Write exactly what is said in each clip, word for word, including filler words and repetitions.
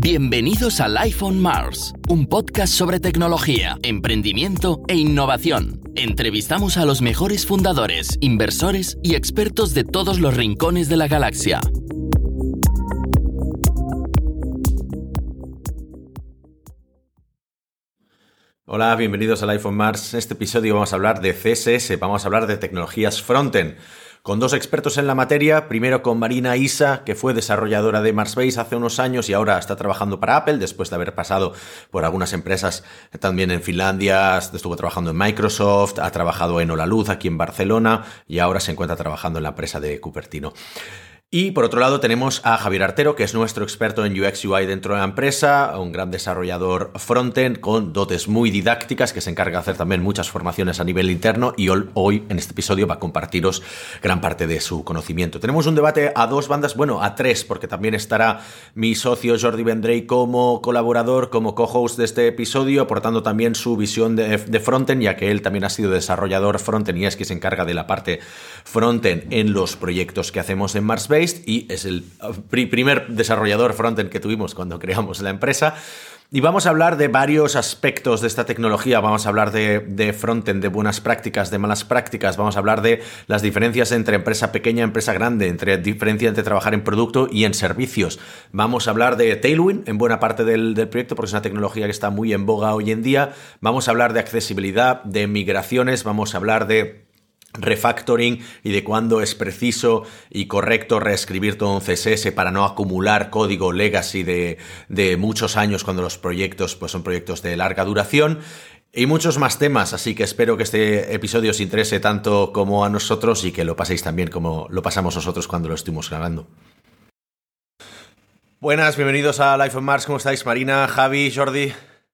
Bienvenidos a Life on Mars, un podcast sobre tecnología, emprendimiento e innovación. Entrevistamos a los mejores fundadores, inversores y expertos de todos los rincones de la galaxia. Hola, bienvenidos a Life on Mars. En este episodio vamos a hablar de C S S, vamos a hablar de tecnologías frontend, con dos expertos en la materia. Primero con Marina Issa, que fue desarrolladora de Marsbase hace unos años y ahora está trabajando para Apple, después de haber pasado por algunas empresas también en Finlandia. Estuvo trabajando en Microsoft, ha trabajado en Holaluz aquí en Barcelona y ahora se encuentra trabajando en la empresa de Cupertino. Y por otro lado tenemos a Javier Artero, que es nuestro experto en U X U I dentro de la empresa, un gran desarrollador frontend con dotes muy didácticas, que se encarga de hacer también muchas formaciones a nivel interno y hoy en este episodio va a compartiros gran parte de su conocimiento. Tenemos un debate a dos bandas, bueno, a tres, porque también estará mi socio Jordi Vendrell como colaborador, como co-host de este episodio, aportando también su visión de, de frontend, ya que él también ha sido desarrollador frontend y es que se encarga de la parte frontend en los proyectos que hacemos en Marsbase. Y es el primer desarrollador frontend que tuvimos cuando creamos la empresa. Y vamos a hablar de varios aspectos de esta tecnología. Vamos a hablar de, de frontend, de buenas prácticas, de malas prácticas. Vamos a hablar de las diferencias entre empresa pequeña y empresa grande, entre diferencia entre trabajar en producto y en servicios. Vamos a hablar de Tailwind en buena parte del, del proyecto, porque es una tecnología que está muy en boga hoy en día. Vamos a hablar de accesibilidad, de migraciones. Vamos a hablar de refactoring y de cuándo es preciso y correcto reescribir todo un C S S para no acumular código legacy de, de muchos años cuando los proyectos pues, son proyectos de larga duración. Y muchos más temas, así que espero que este episodio os interese tanto como a nosotros y que lo paséis también como lo pasamos nosotros cuando lo estuvimos grabando. Buenas, bienvenidos a Life on Mars. ¿Cómo estáis? Marina, Javi, Jordi.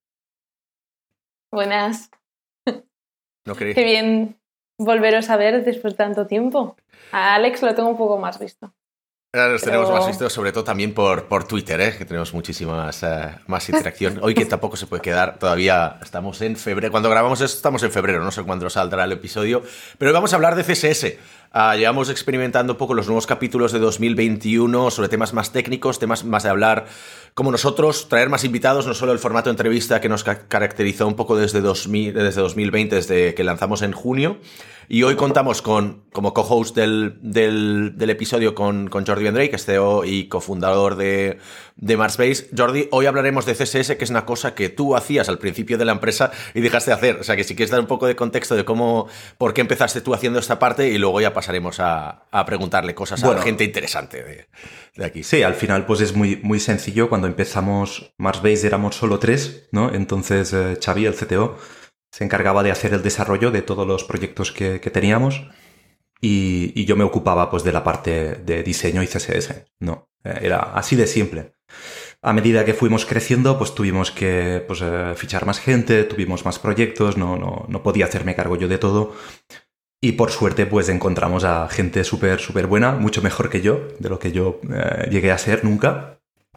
Buenas. No creí. Qué bien volveros a ver después de tanto tiempo. A Alex lo tengo un poco más visto. Ahora los Pero... tenemos más vistos, sobre todo también por, por Twitter, ¿eh? Que tenemos muchísima más, uh, más interacción. Hoy que tampoco se puede quedar, todavía estamos en febrero. Cuando grabamos esto estamos en febrero, no sé cuándo saldrá el episodio. Pero hoy vamos a hablar de C S S. Uh, llevamos experimentando un poco los nuevos capítulos de dos mil veintiuno sobre temas más técnicos, temas más de hablar como nosotros, traer más invitados, no solo el formato de entrevista que nos ca- caracterizó un poco desde, dos mil, desde dos mil veinte, desde que lanzamos en junio. Y hoy contamos con, como co-host del, del, del episodio con, con Jordi Vendrell, que es C E O y cofundador de, de Marsbase. Jordi, hoy hablaremos de C S S, que es una cosa que tú hacías al principio de la empresa y dejaste de hacer. O sea, que si quieres dar un poco de contexto de cómo, por qué empezaste tú haciendo esta parte y luego ya pasaremos a, a preguntarle cosas bueno, a la gente interesante de, de aquí. Sí, al final pues es muy, muy sencillo. Cuando empezamos Marsbase éramos solo tres, ¿no? Entonces eh, Xavi, el C T O, se encargaba de hacer el desarrollo de todos los proyectos que, que teníamos y, y yo me ocupaba pues de la parte de diseño y C S S, ¿no? Era así de simple. A medida que fuimos creciendo, pues tuvimos que pues, eh, fichar más gente, tuvimos más proyectos, no, no, no podía hacerme cargo yo de todo. Y por suerte pues encontramos a gente súper, súper buena, mucho mejor que yo, de lo que yo eh, llegué a ser nunca.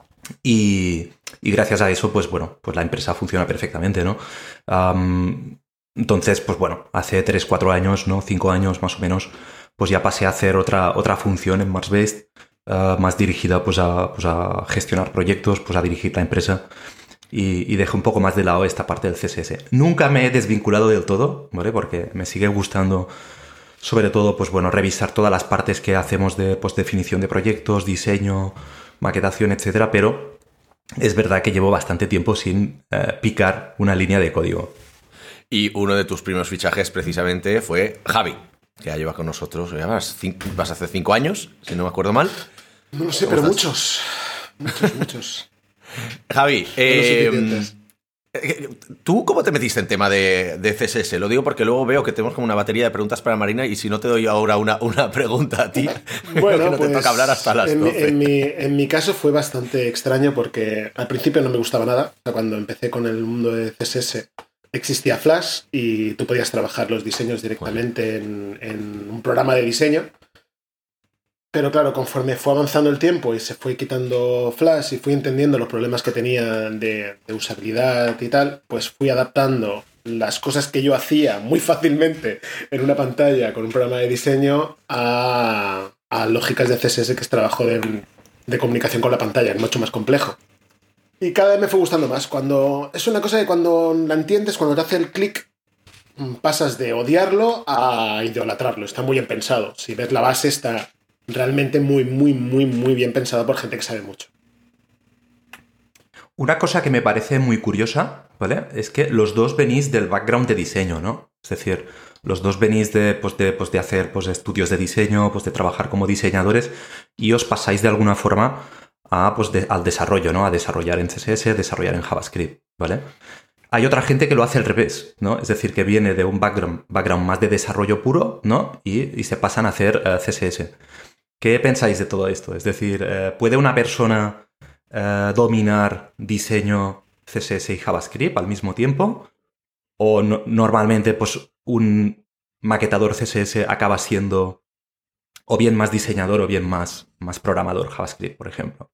Y, y gracias a eso, pues bueno, pues la empresa funciona perfectamente, ¿no? Um, entonces, pues bueno, hace tres, cuatro años, ¿no? cinco años más o menos, pues ya pasé a hacer otra, otra función en Marsbase, uh, más dirigida pues a, pues a gestionar proyectos, pues a dirigir la empresa. Y, y dejé un poco más de lado esta parte del C S S. Nunca me he desvinculado del todo, ¿vale? Porque me sigue gustando, sobre todo, pues bueno, revisar todas las partes que hacemos de pues, definición de proyectos, diseño, maquetación, etcétera, pero es verdad que llevo bastante tiempo sin eh, picar una línea de código. Y uno de tus primeros fichajes precisamente fue Javi, que ya lleva con nosotros, ya vas, cinco, vas a hacer cinco años, si no me acuerdo mal. No lo sé, pero estás? muchos, muchos, muchos. Javi, eh, ¿tú cómo te metiste en tema de, de C S S? Lo digo porque luego veo que tenemos como una batería de preguntas para Marina y si no te doy ahora una, una pregunta a ti, bueno, que no pues, te toca hablar hasta las en, doce. En mi, en mi caso fue bastante extraño porque al principio no me gustaba nada. O sea, cuando empecé con el mundo de C S S existía Flash y tú podías trabajar los diseños directamente en, en un programa de diseño. Pero claro, conforme fue avanzando el tiempo y se fue quitando Flash y fui entendiendo los problemas que tenía de, de usabilidad y tal, pues fui adaptando las cosas que yo hacía muy fácilmente en una pantalla con un programa de diseño a, a lógicas de C S S, que es trabajo de, de comunicación con la pantalla, es mucho más complejo. Y cada vez me fue gustando más. Cuando es una cosa que cuando la entiendes, cuando te hace el clic, pasas de odiarlo a idolatrarlo. Está muy bien pensado. Si ves la base, está realmente muy, muy, muy, muy bien pensada por gente que sabe mucho. Una cosa que me parece muy curiosa, ¿vale? Es que los dos venís del background de diseño, ¿no? Es decir, los dos venís de, pues de, pues de hacer pues, estudios de diseño, pues de trabajar como diseñadores y os pasáis de alguna forma a, pues de, al desarrollo, ¿no? A desarrollar en C S S, desarrollar en JavaScript, ¿vale? Hay otra gente que lo hace al revés, ¿no? Es decir, que viene de un background, background más de desarrollo puro, ¿no? Y, y se pasan a hacer uh, C S S. ¿Qué pensáis de todo esto? Es decir, uh, ¿puede una persona uh, dominar diseño, C S S y JavaScript al mismo tiempo? ¿O no, normalmente pues, un maquetador C S S acaba siendo o bien más diseñador o bien más, más programador JavaScript, por ejemplo?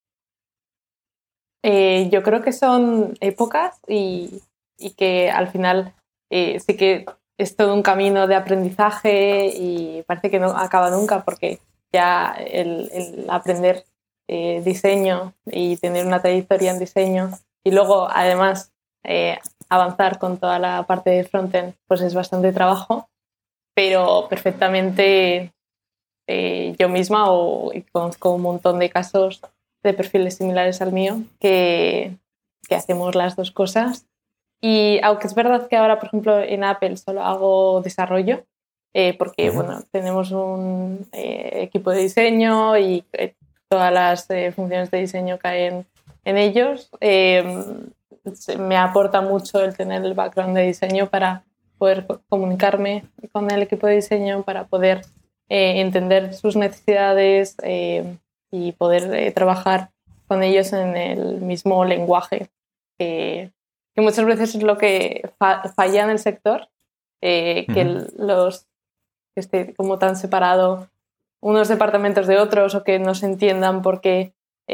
Eh, yo creo que son épocas y, y que al final eh, sí que es todo un camino de aprendizaje y parece que no acaba nunca porque ya el, el aprender eh, diseño y tener una trayectoria en diseño y luego además eh, avanzar con toda la parte de frontend pues es bastante trabajo, pero perfectamente eh, yo misma o y conozco un montón de casos de perfiles similares al mío que, que hacemos las dos cosas. Y aunque es verdad que ahora, por ejemplo, en Apple solo hago desarrollo, eh, porque, uh-huh. bueno, tenemos un eh, equipo de diseño y eh, todas las eh, funciones de diseño caen en ellos, eh, me aporta mucho el tener el background de diseño para poder comunicarme con el equipo de diseño, para poder eh, entender sus necesidades, eh, y poder eh, trabajar con ellos en el mismo lenguaje, eh, que muchas veces es lo que fa- falla en el sector, eh, que Uh-huh. el, los que esté como tan separado unos departamentos de otros o que no se entiendan porque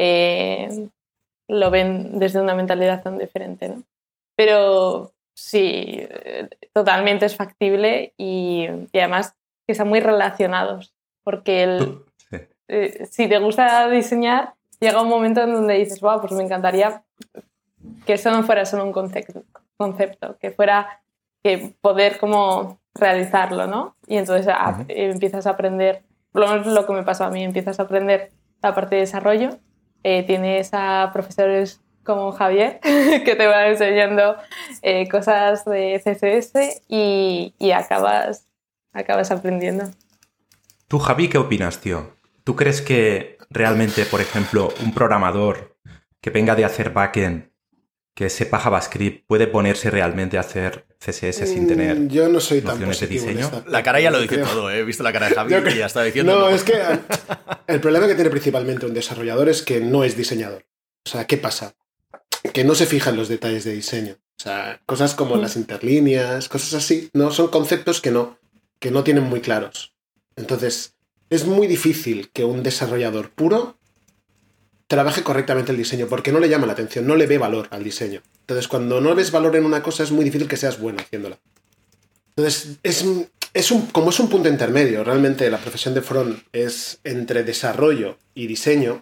eh, lo ven desde una mentalidad tan diferente, ¿no? Pero sí, totalmente es factible y, y además que están muy relacionados, porque el Eh, si te gusta diseñar, llega un momento en donde dices, wow, pues me encantaría que eso no fuera solo un concepto, concepto que fuera que poder como realizarlo, ¿no? Y entonces a, uh-huh. eh, empiezas a aprender, por lo menos lo que me pasó a mí, empiezas a aprender la parte de desarrollo, eh, tienes a profesores como Javier que te van enseñando eh, cosas de C S S y, y acabas, acabas aprendiendo. ¿Tú, Javi, qué opinas, tío? ¿Tú crees que realmente, por ejemplo, un programador que venga de hacer backend, que sepa JavaScript, puede ponerse realmente a hacer C S S sin tener Yo no soy nociones tan de diseño? La cara ya lo dice creo. todo, ¿eh? He visto la cara de Javi y ya está diciendo... No, no, es que el problema que tiene principalmente un desarrollador es que no es diseñador. O sea, ¿qué pasa? Que no se fija en los detalles de diseño. O sea, cosas como las interlíneas, cosas así, no son conceptos que no, que no tienen muy claros. Entonces... es muy difícil que un desarrollador puro trabaje correctamente el diseño porque no le llama la atención, no le ve valor al diseño. Entonces, cuando no ves valor en una cosa, es muy difícil que seas bueno haciéndola. Entonces, es, es un, como es un punto intermedio, realmente la profesión de front es entre desarrollo y diseño.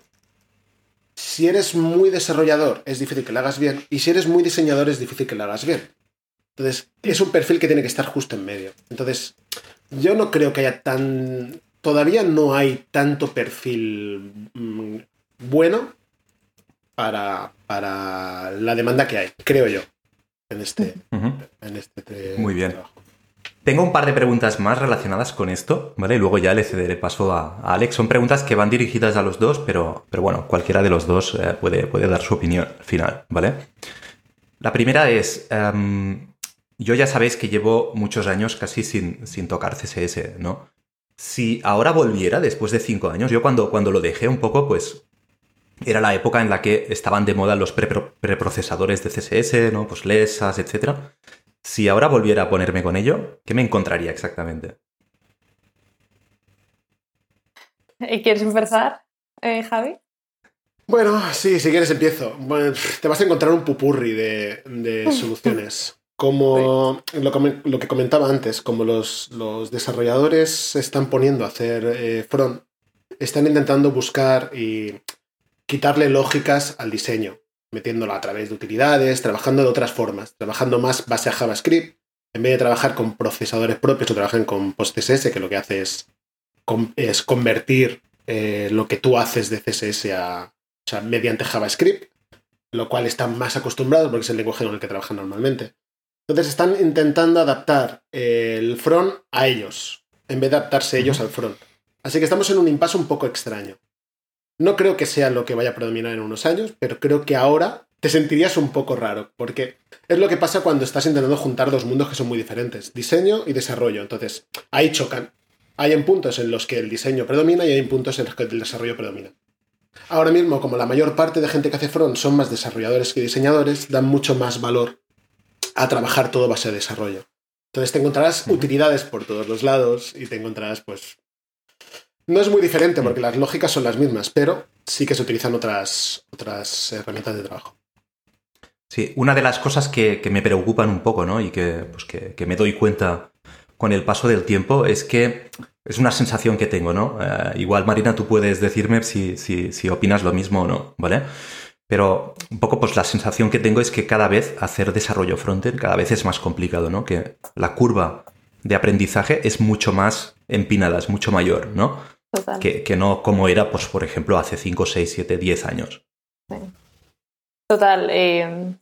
Si eres muy desarrollador, es difícil que lo hagas bien, y si eres muy diseñador, es difícil que lo hagas bien. Entonces, es un perfil que tiene que estar justo en medio. Entonces, yo no creo que haya tan... Todavía no hay tanto perfil mmm, bueno para, para la demanda que hay, creo yo, en este, uh-huh. en este Muy bien. trabajo. Tengo un par de preguntas más relacionadas con esto, ¿vale? Y luego ya le cederé paso a, a Alex. Son preguntas que van dirigidas a los dos, pero, pero bueno, cualquiera de los dos eh, puede, puede dar su opinión final, ¿vale? La primera es... Um, yo ya sabéis que llevo muchos años casi sin, sin tocar C S S, ¿no? Si ahora volviera, después de cinco años, yo cuando, cuando lo dejé un poco, pues era la época en la que estaban de moda los pre- preprocesadores de C S S, ¿no? Pues L E S As, etcétera. Si ahora volviera a ponerme con ello, ¿qué me encontraría exactamente? ¿Quieres empezar, eh, Javi? Bueno, sí, si quieres empiezo. Bueno, te vas a encontrar un pupurri de, de soluciones. Como lo, lo que comentaba antes, como los, los desarrolladores se están poniendo a hacer eh, front, están intentando buscar y quitarle lógicas al diseño. metiéndolo a través de utilidades, trabajando de otras formas, trabajando más base a JavaScript, en vez de trabajar con procesadores propios o trabajan con PostCSS, que lo que hace es, es convertir eh, lo que tú haces de C S S a, o sea, mediante JavaScript, lo cual están más acostumbrados porque es el lenguaje con el que trabajan normalmente. Entonces están intentando adaptar el front a ellos, en vez de adaptarse ellos al front. Así que estamos en un impasse un poco extraño. No creo que sea lo que vaya a predominar en unos años, pero creo que ahora te sentirías un poco raro, porque es lo que pasa cuando estás intentando juntar dos mundos que son muy diferentes, diseño y desarrollo. Entonces, ahí chocan. Hay en puntos en los que el diseño predomina y hay en puntos en los que el desarrollo predomina. Ahora mismo, como la mayor parte de gente que hace front son más desarrolladores que diseñadores, dan mucho más valor a trabajar todo base de desarrollo. Entonces te encontrarás uh-huh. utilidades por todos los lados y te encontrarás, pues... No es muy diferente porque las lógicas son las mismas, pero sí que se utilizan otras, otras herramientas de trabajo. Sí, una de las cosas que, que me preocupan un poco, ¿no? Y que, pues que, que me doy cuenta con el paso del tiempo es que es una sensación que tengo, ¿no? Uh, igual, Marina, tú puedes decirme si, si, si opinas lo mismo o no, ¿vale? Pero un poco pues la sensación que tengo es que cada vez hacer desarrollo frontend cada vez es más complicado, ¿no? Que la curva de aprendizaje es mucho más empinada, es mucho mayor, ¿no? Total. Que, que no como era, pues, por ejemplo, hace cinco, seis, siete, diez años. Sí. Total. Eh,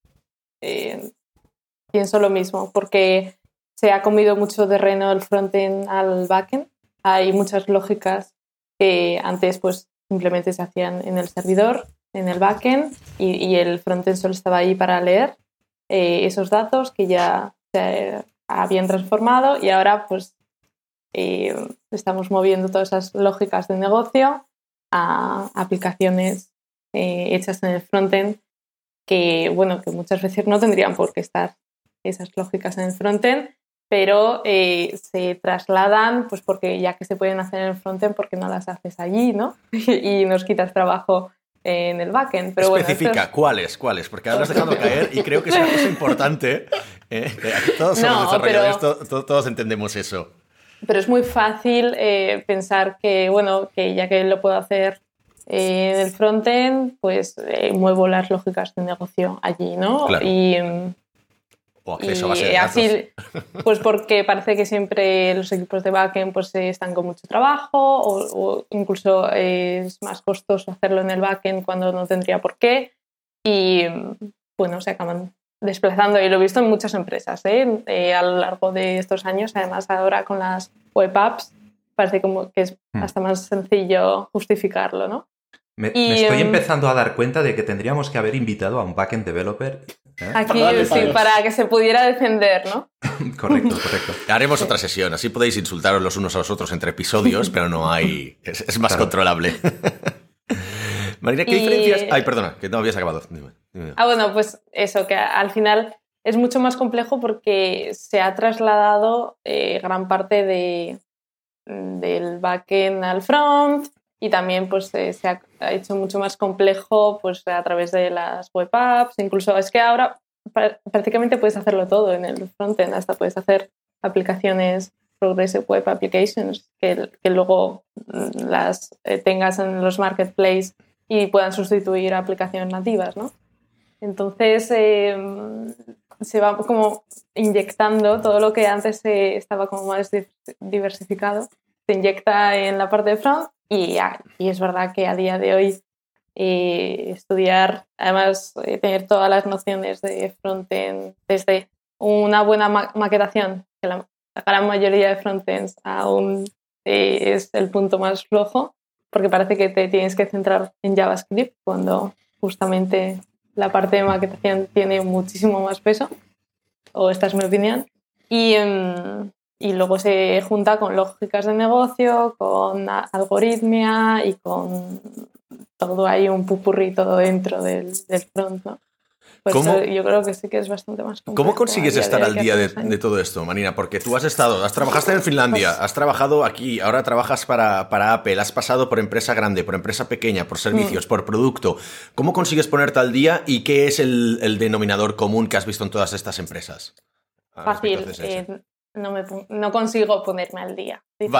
eh, pienso lo mismo, porque se ha comido mucho terreno el frontend al backend. Hay muchas lógicas que antes pues simplemente se hacían en el servidor, en el backend, y, y el frontend solo estaba ahí para leer eh, esos datos que ya se habían transformado, y ahora pues eh, estamos moviendo todas esas lógicas de negocio a aplicaciones eh, hechas en el frontend que, bueno, que muchas veces no tendrían por qué estar esas lógicas en el frontend, pero eh, se trasladan pues porque ya que se pueden hacer en el frontend, ¿por qué no las haces allí, no? y nos quitas trabajo en el backend. Pero especifica, bueno, es... ¿cuáles? ¿Cuáles? Porque ahora has dejado caer y creo que es una cosa importante. ¿eh? Todos somos no, desarrolladores, pero... to- to- todos entendemos eso. Pero es muy fácil eh, pensar que, bueno, que ya que lo puedo hacer eh, en el frontend, pues eh, muevo las lógicas de negocio allí, ¿no? Claro. Y, o acceso y a base de datos. así, pues porque parece que siempre los equipos de backend pues, están con mucho trabajo o, o incluso es más costoso hacerlo en el backend cuando no tendría por qué. Y, bueno, se acaban desplazando, y lo he visto en muchas empresas ¿eh? Eh, a lo largo de estos años. Además, ahora con las web apps parece como que es hasta más sencillo justificarlo, ¿no? Me, y, me estoy um, empezando a dar cuenta de que tendríamos que haber invitado a un backend developer. ¿eh? Aquí Vale, sí, vale. para que se pudiera defender, ¿no? Correcto, correcto. Haremos otra sesión, así podéis insultaros los unos a los otros entre episodios, pero no hay... Es, es más Claro. controlable. Marina, ¿qué Y- diferencias...? Ay, perdona, que no habías acabado. Dime, dime. Ah, bueno, pues eso, que al final es mucho más complejo porque se ha trasladado eh, gran parte de, del backend al front, y también pues eh, se ha, ha hecho mucho más complejo pues a través de las web apps. Incluso es que ahora pr- prácticamente puedes hacerlo todo en el frontend, hasta puedes hacer aplicaciones Progressive Web Applications que, que luego mm, las eh, tengas en los marketplaces y puedan sustituir a aplicaciones nativas, ¿no? Entonces eh, se va como inyectando todo lo que antes eh, estaba como más di- diversificado, se inyecta en la parte de front, y, ah, y es verdad que a día de hoy eh, estudiar, además eh, tener todas las nociones de frontend, desde una buena ma- maquetación, que la, la gran mayoría de frontends aún eh, es el punto más flojo, porque parece que te tienes que centrar en JavaScript cuando justamente la parte de maquetación tiene muchísimo más peso, o esta es mi opinión, y, um, y luego se junta con lógicas de negocio, con a- algoritmia y con todo ahí un pupurrí todo dentro del, del front, ¿no? Pues ¿Cómo- eso yo creo que sí que es bastante más complejo. ¿Cómo consigues a estar de al hoy que día hace de, unos años. de todo esto, Marina? Porque tú has estado, has trabajaste en Finlandia, Pues- has trabajado aquí, ahora trabajas para, para Apple, has pasado por empresa grande, por empresa pequeña, por servicios, Mm. por producto. ¿Cómo consigues ponerte al día y qué es el, el denominador común que has visto en todas estas empresas? Ah, Fácil, respecto a C S S. eh, no, me, pon- no consigo ponerme al día. Sí. Vale.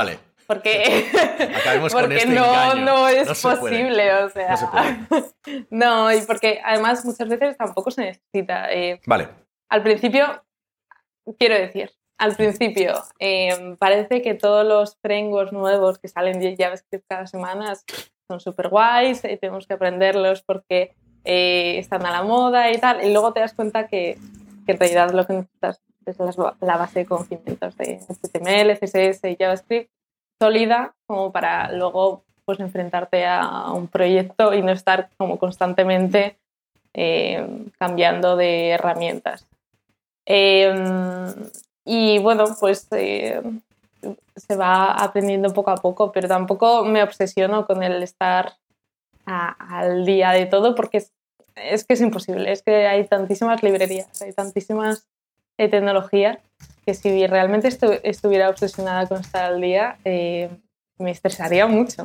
porque, Acabemos con porque este no, engaño. no es No se posible, puede. o sea. No se puede. No, y porque además muchas veces tampoco se necesita. Eh, Vale. Al principio, quiero decir, al principio eh, parece que todos los frameworks nuevos que salen de JavaScript cada semana son súper guays y tenemos que aprenderlos porque eh, están a la moda y tal, y luego te das cuenta que, que en realidad lo que necesitas es la, la base de conocimientos de H T M L, C S S y JavaScript sólida como para luego pues enfrentarte a un proyecto y no estar como constantemente eh, cambiando de herramientas. Eh, y bueno, pues eh, se va aprendiendo poco a poco, pero tampoco me obsesiono con el estar a, al día de todo porque es, es que es imposible, es que hay tantísimas librerías, hay tantísimas eh, tecnologías que si realmente estu- estuviera obsesionada con estar al día eh, me estresaría mucho.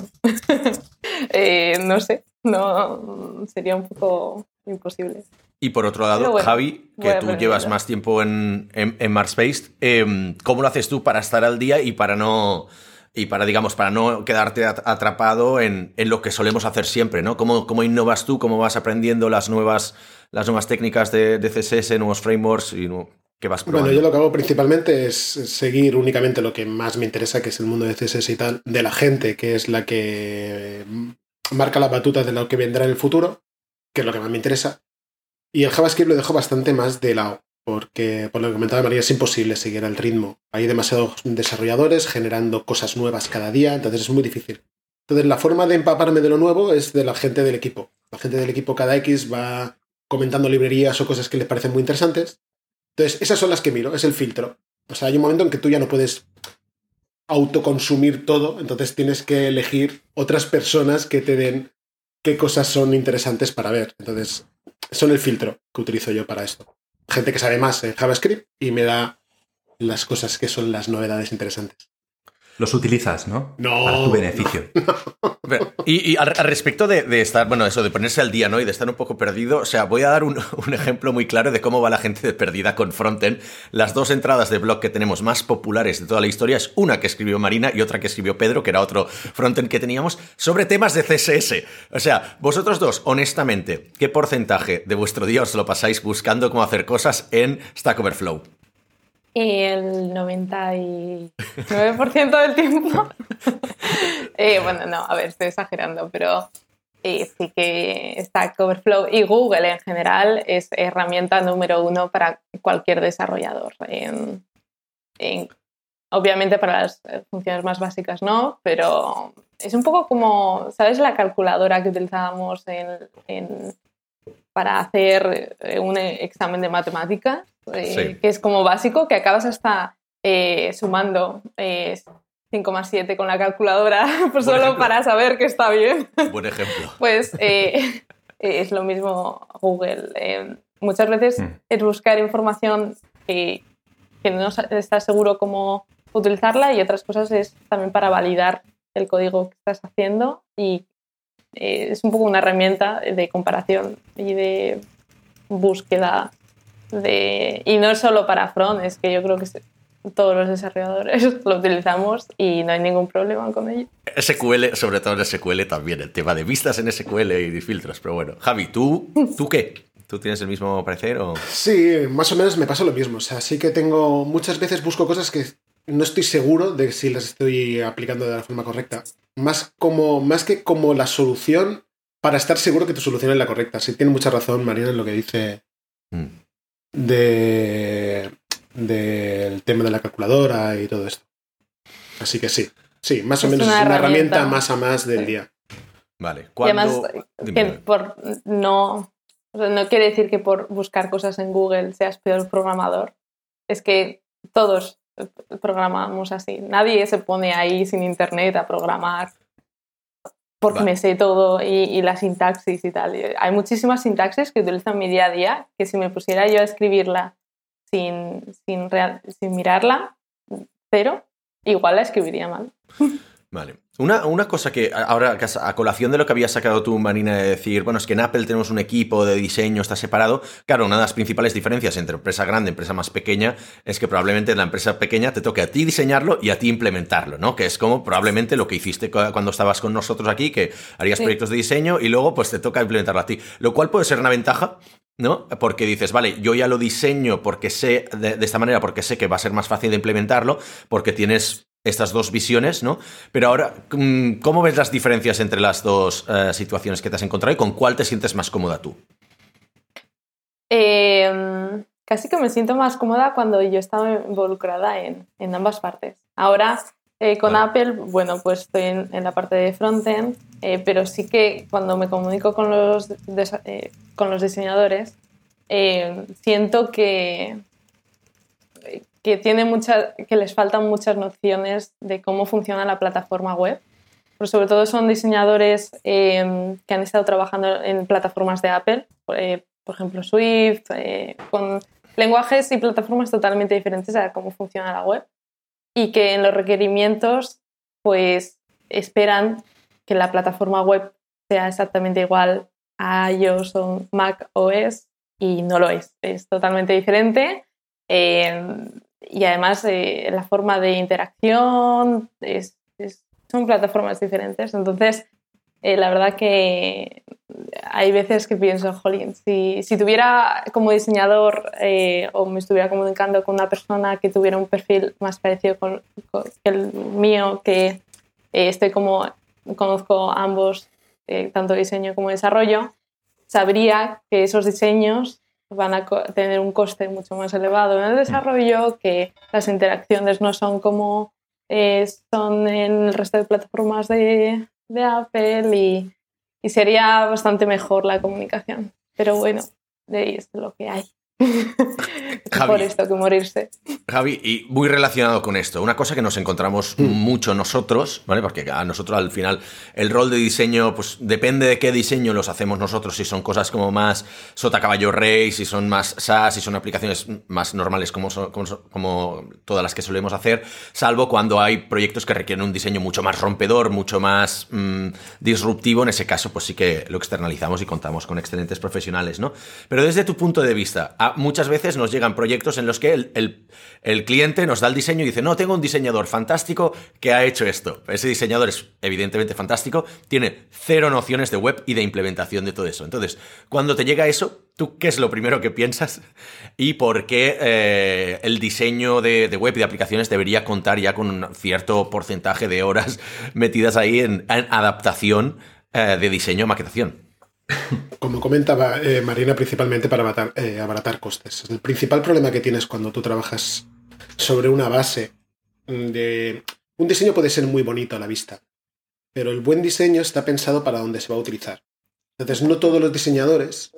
eh, no sé, no, sería un poco imposible. Y por otro lado, bueno, Javi, que tú llevas más tiempo en, en, en Marsbased, eh, ¿cómo lo haces tú para estar al día y para no, y para, digamos, para no quedarte atrapado en, en lo que solemos hacer siempre, ¿no? ¿Cómo, cómo innovas tú? ¿Cómo vas aprendiendo las nuevas, las nuevas técnicas de, de C S S, nuevos frameworks y no, qué vas probando? Bueno, yo lo que hago principalmente es seguir únicamente lo que más me interesa, que es el mundo de C S S y tal, de la gente, que es la que marca la batuta de lo que vendrá en el futuro, que es lo que más me interesa. Y el JavaScript lo dejo bastante más de lado, porque, por lo que comentaba María, es imposible seguir el ritmo. Hay demasiados desarrolladores generando cosas nuevas cada día, entonces es muy difícil. Entonces, la forma de empaparme de lo nuevo es de la gente del equipo. La gente del equipo cada X va comentando librerías o cosas que les parecen muy interesantes. Entonces, esas son las que miro, es el filtro. O sea, hay un momento en que tú ya no puedes autoconsumir todo, entonces tienes que elegir otras personas que te den qué cosas son interesantes para ver. Entonces, son el filtro que utilizo yo para esto. Gente que sabe más en JavaScript y me da las cosas que son las novedades interesantes. Los utilizas, ¿no? No. Para tu beneficio. No. Pero, y, y al, al respecto de, de estar, bueno, eso, de ponerse al día, ¿no? Y de estar un poco perdido, o sea, voy a dar un, un ejemplo muy claro de cómo va la gente de perdida con frontend. Las dos entradas de blog que tenemos más populares de toda la historia es una que escribió Marina y otra que escribió Pedro, que era otro frontend que teníamos, sobre temas de C S S. O sea, vosotros dos, honestamente, ¿qué porcentaje de vuestro día os lo pasáis buscando cómo hacer cosas en Stack Overflow? El noventa y nueve por ciento del tiempo. eh, bueno, no, a ver, estoy exagerando, pero eh, sí que Stack Overflow y Google en general es herramienta número uno para cualquier desarrollador. En, en, obviamente para las funciones más básicas no, pero es un poco como, ¿sabes la calculadora que utilizábamos en, en, para hacer un examen de matemáticas? Eh, sí. Que es como básico, que acabas hasta eh, sumando eh, cinco más siete con la calculadora pues solo ejemplo. Para saber que está bien. Buen ejemplo. Pues eh, es lo mismo Google. Eh, muchas veces mm. es buscar información que, que no estás seguro cómo utilizarla y otras cosas es también para validar el código que estás haciendo y eh, es un poco una herramienta de comparación y de búsqueda. De, y no es solo para front, es que yo creo que todos los desarrolladores lo utilizamos y no hay ningún problema con ello. S Q L, sobre todo en S Q L también, el tema de vistas en S Q L y de filtros, pero bueno. Javi, ¿tú, ¿tú qué? ¿Tú tienes el mismo parecer o...? Sí, más o menos me pasa lo mismo. O sea, sí que tengo... Muchas veces busco cosas que no estoy seguro de si las estoy aplicando de la forma correcta. Más, como, más que como la solución para estar seguro que tu solución es la correcta. Sí, tiene mucha razón Marina en lo que dice... Mm. De, del tema de la calculadora y todo esto. Así que sí, sí, más o es menos una es una herramienta, herramienta más a más del sí. día. Vale. ¿Cuándo... Y además, que por no, o sea, no quiere decir que por buscar cosas en Google seas peor programador. Es que todos programamos así. Nadie se pone ahí sin internet a programar porque vale. me sé todo y, y la sintaxis y tal. Hay muchísimas sintaxis que utilizo en mi día a día que si me pusiera yo a escribirla sin, sin, real, sin mirarla, cero, igual la escribiría mal. Vale. Una, una cosa que ahora, a colación de lo que habías sacado tú, Marina, de decir, bueno, es que en Apple tenemos un equipo de diseño, está separado. Claro, una de las principales diferencias entre empresa grande y empresa más pequeña es que probablemente en la empresa pequeña te toque a ti diseñarlo y a ti implementarlo, ¿no? Que es como probablemente lo que hiciste cuando estabas con nosotros aquí, que harías sí. proyectos de diseño y luego pues te toca implementarlo a ti. Lo cual puede ser una ventaja, ¿no? Porque dices, vale, yo ya lo diseño porque sé, de, de esta manera, porque sé que va a ser más fácil de implementarlo, porque tienes estas dos visiones, ¿no? Pero ahora, ¿cómo ves las diferencias entre las dos uh, situaciones que te has encontrado y con cuál te sientes más cómoda tú? Eh, casi que me siento más cómoda cuando yo estaba involucrada en, en ambas partes. Ahora, eh, con vale. Apple, bueno, pues estoy en, en la parte de frontend, eh, pero sí que cuando me comunico con los, eh, con los diseñadores, eh, siento que... que tiene muchas, que les faltan muchas nociones de cómo funciona la plataforma web. Pero sobre todo son diseñadores eh, que han estado trabajando en plataformas de Apple, eh, por ejemplo Swift, eh, con lenguajes y plataformas totalmente diferentes a cómo funciona la web, y que en los requerimientos pues esperan que la plataforma web sea exactamente igual a iOS o Mac O S, y no lo es, es totalmente diferente. Eh, y además eh, la forma de interacción es, es, son plataformas diferentes. Entonces eh, la verdad que hay veces que pienso, jolín, si, si tuviera como diseñador eh, o me estuviera comunicando con una persona que tuviera un perfil más parecido con, con el mío, que eh, estoy como conozco ambos, eh, tanto diseño como desarrollo, sabría que esos diseños van a tener un coste mucho más elevado en el desarrollo, que las interacciones no son como eh, son en el resto de plataformas de, de Apple, y, y sería bastante mejor la comunicación. Pero bueno, de ahí es lo que hay. Javi, por esto que morirse. Javi, y muy relacionado con esto, una cosa que nos encontramos mm. mucho nosotros, ¿vale? Porque a nosotros al final el rol de diseño, pues depende de qué diseño los hacemos nosotros, si son cosas como más sota caballo rey, si son más SaaS, si son aplicaciones más normales como, como, como todas las que solemos hacer, salvo cuando hay proyectos que requieren un diseño mucho más rompedor, mucho más mmm, disruptivo. En ese caso, pues sí que lo externalizamos y contamos con excelentes profesionales, ¿no? Pero desde tu punto de vista, muchas veces nos llegan proyectos en los que el, el, el cliente nos da el diseño y dice, no, tengo un diseñador fantástico que ha hecho esto. Ese diseñador es evidentemente fantástico, tiene cero nociones de web y de implementación de todo eso. Entonces, cuando te llega eso, ¿tú qué es lo primero que piensas? ¿Y por qué eh, el diseño de, de web y de aplicaciones debería contar ya con un cierto porcentaje de horas metidas ahí en, en adaptación eh, de diseño a maquetación? Como comentaba eh, Marina, principalmente para abaratar, eh, abaratar costes. El principal problema que tienes cuando tú trabajas sobre una base de... Un diseño puede ser muy bonito a la vista, pero el buen diseño está pensado para dónde se va a utilizar. Entonces, no todos los diseñadores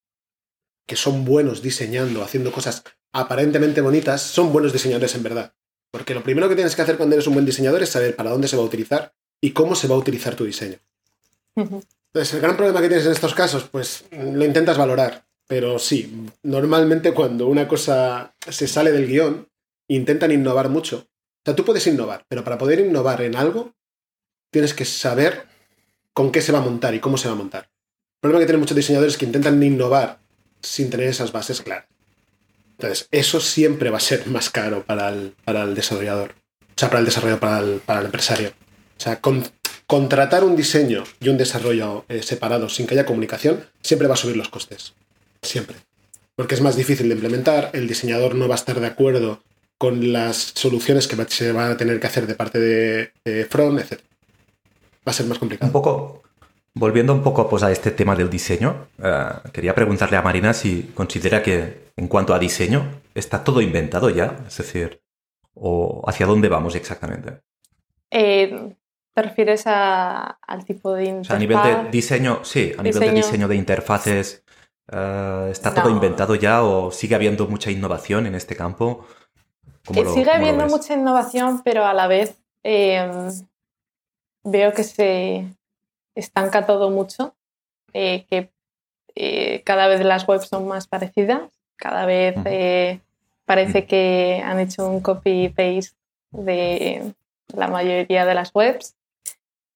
que son buenos diseñando, haciendo cosas aparentemente bonitas, son buenos diseñadores en verdad. Porque lo primero que tienes que hacer cuando eres un buen diseñador es saber para dónde se va a utilizar y cómo se va a utilizar tu diseño. Uh-huh. Entonces, el gran problema que tienes en estos casos, pues lo intentas valorar, pero sí, normalmente cuando una cosa se sale del guión, intentan innovar mucho. O sea, tú puedes innovar, pero para poder innovar en algo, tienes que saber con qué se va a montar y cómo se va a montar. El problema que tienen muchos diseñadores es que intentan innovar sin tener esas bases claras. Entonces, eso siempre va a ser más caro para el, para el desarrollador. O sea, para el desarrollador, para el, para el empresario. O sea, con... Contratar un diseño y un desarrollo eh, separados sin que haya comunicación siempre va a subir los costes. Siempre. Porque es más difícil de implementar, el diseñador no va a estar de acuerdo con las soluciones que se van a tener que hacer de parte de, de front, etcétera. Va a ser más complicado. Un poco, volviendo un poco pues, a este tema del diseño, uh, quería preguntarle a Marina si considera que en cuanto a diseño está todo inventado ya, es decir, o hacia dónde vamos exactamente. Eh... ¿Te refieres a, al tipo de interfaz? O sea, a nivel de diseño, sí, a nivel diseño. de diseño de interfaces, uh, ¿está no. todo inventado ya o sigue habiendo mucha innovación en este campo? Eh, lo, sigue habiendo mucha innovación, pero a la vez eh, veo que se estanca todo mucho, eh, que eh, cada vez las webs son más parecidas, cada vez eh, parece uh-huh. que han hecho un copy-paste de la mayoría de las webs.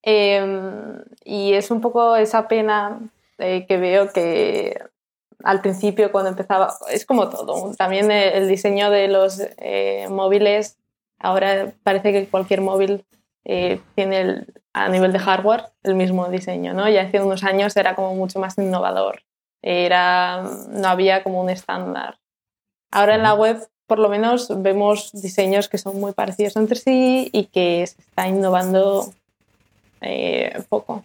Eh, y es un poco esa pena eh, que veo que al principio cuando empezaba, es como todo, también el diseño de los eh, móviles, ahora parece que cualquier móvil eh, tiene el, a nivel de hardware el mismo diseño, ¿no? Y hace unos años era como mucho más innovador, era, no había como un estándar. Ahora en la web por lo menos vemos diseños que son muy parecidos entre sí y que se está innovando eh, poco.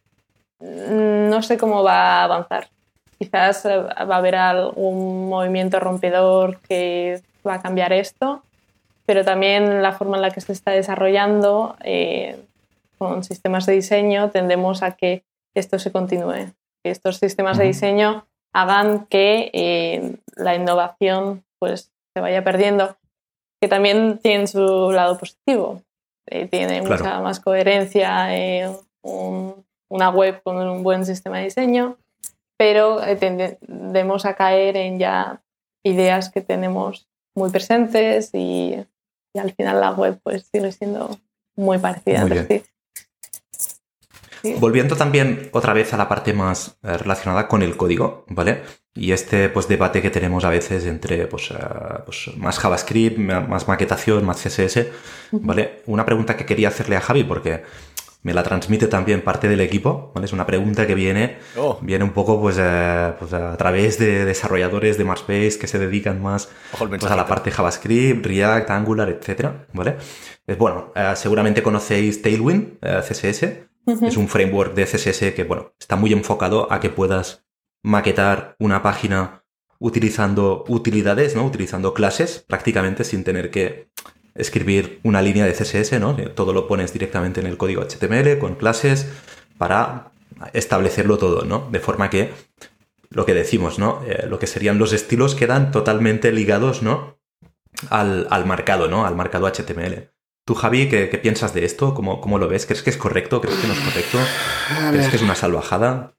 No sé cómo va a avanzar. Quizás va a haber algún movimiento rompedor que va a cambiar esto, pero también la forma en la que se está desarrollando eh, con sistemas de diseño tendemos a que esto se continúe, que estos sistemas uh-huh. de diseño hagan que eh, la innovación pues, se vaya perdiendo, que también tiene su lado positivo, eh, tiene claro. mucha más coherencia, eh, un, una web con un buen sistema de diseño, pero eh, tendemos a caer en ya ideas que tenemos muy presentes y, y al final la web pues sigue siendo muy parecida muy entre sí. Sí. Volviendo también otra vez a la parte más eh, relacionada con el código, ¿vale? Y este pues debate que tenemos a veces entre pues, uh, pues más JavaScript, más maquetación, más C S S, ¿vale? Una pregunta que quería hacerle a Javi porque me la transmite también parte del equipo, ¿vale? Es una pregunta que viene, oh. viene un poco pues, eh, pues a través de desarrolladores de Marsbase que se dedican más pues, a la parte JavaScript, React, Angular, etcétera, ¿vale? Es, bueno, eh, seguramente conocéis Tailwind, eh, C S S. Uh-huh. Es un framework de C S S que, bueno, está muy enfocado a que puedas maquetar una página utilizando utilidades, ¿no? Utilizando clases, prácticamente sin tener que escribir una línea de C S S, ¿no? Todo lo pones directamente en el código H T M L con clases para establecerlo todo, ¿no? De forma que lo que decimos, ¿no? Eh, lo que serían los estilos quedan totalmente ligados, ¿no? Al, al marcado, ¿no? Al marcado H T M L. Tú, Javi, ¿qué, qué piensas de esto? ¿Cómo, ¿Cómo lo ves? ¿Crees que es correcto? ¿Crees que no es correcto? ¿Crees que es una salvajada?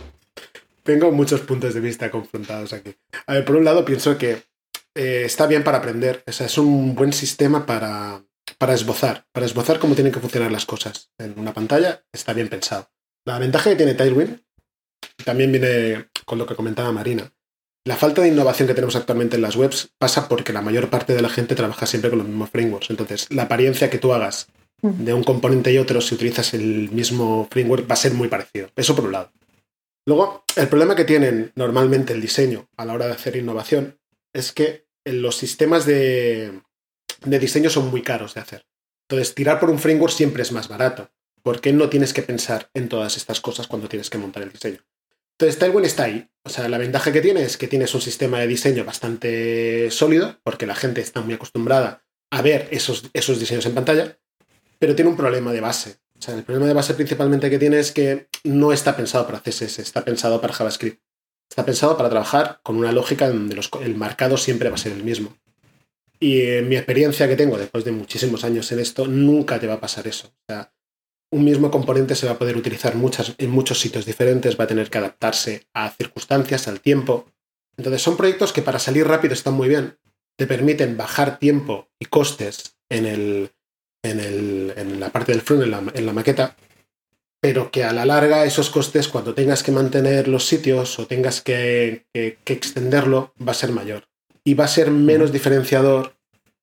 Tengo muchos puntos de vista confrontados aquí. A ver, por un lado pienso que eh, está bien para aprender. O sea, es un buen sistema para, para esbozar. Para esbozar cómo tienen que funcionar las cosas. En una pantalla está bien pensado. La ventaja que tiene Tailwind también viene con lo que comentaba Marina. La falta de innovación que tenemos actualmente en las webs pasa porque la mayor parte de la gente trabaja siempre con los mismos frameworks. Entonces, la apariencia que tú hagas de un componente y otro si utilizas el mismo framework va a ser muy parecido. Eso por un lado. Luego, el problema que tienen normalmente el diseño a la hora de hacer innovación es que los sistemas de, de diseño son muy caros de hacer. Entonces, tirar por un framework siempre es más barato porque no tienes que pensar en todas estas cosas cuando tienes que montar el diseño. Entonces, Tailwind está ahí. O sea, la ventaja que tiene es que tienes un sistema de diseño bastante sólido, porque la gente está muy acostumbrada a ver esos, esos diseños en pantalla, pero tiene un problema de base. O sea, el problema de base principalmente que tiene es que no está pensado para C S S, está pensado para JavaScript. Está pensado para trabajar con una lógica donde los, el marcado siempre va a ser el mismo. Y en mi experiencia que tengo después de muchísimos años en esto, nunca te va a pasar eso. O sea, un mismo componente se va a poder utilizar muchas, en muchos sitios diferentes, va a tener que adaptarse a circunstancias, al tiempo. Entonces son proyectos que para salir rápido están muy bien, te permiten bajar tiempo y costes en, el, en, el, en la parte del front, en la, en la maqueta, pero que a la larga esos costes, cuando tengas que mantener los sitios o tengas que, que, que extenderlo, va a ser mayor. Y va a ser menos diferenciador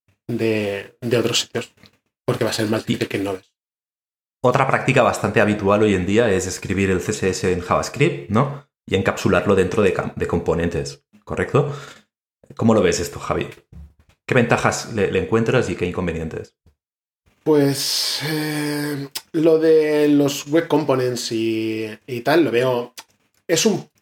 de, de otros sitios, porque va a ser más difícil que innoves. Otra práctica bastante habitual hoy en día es escribir el C S S en JavaScript, ¿no? Y encapsularlo dentro de, de componentes, ¿correcto? ¿Cómo lo ves esto, Javi? ¿Qué ventajas le, le encuentras y qué inconvenientes? Pues eh, lo de los web components y, y tal, lo veo... Es un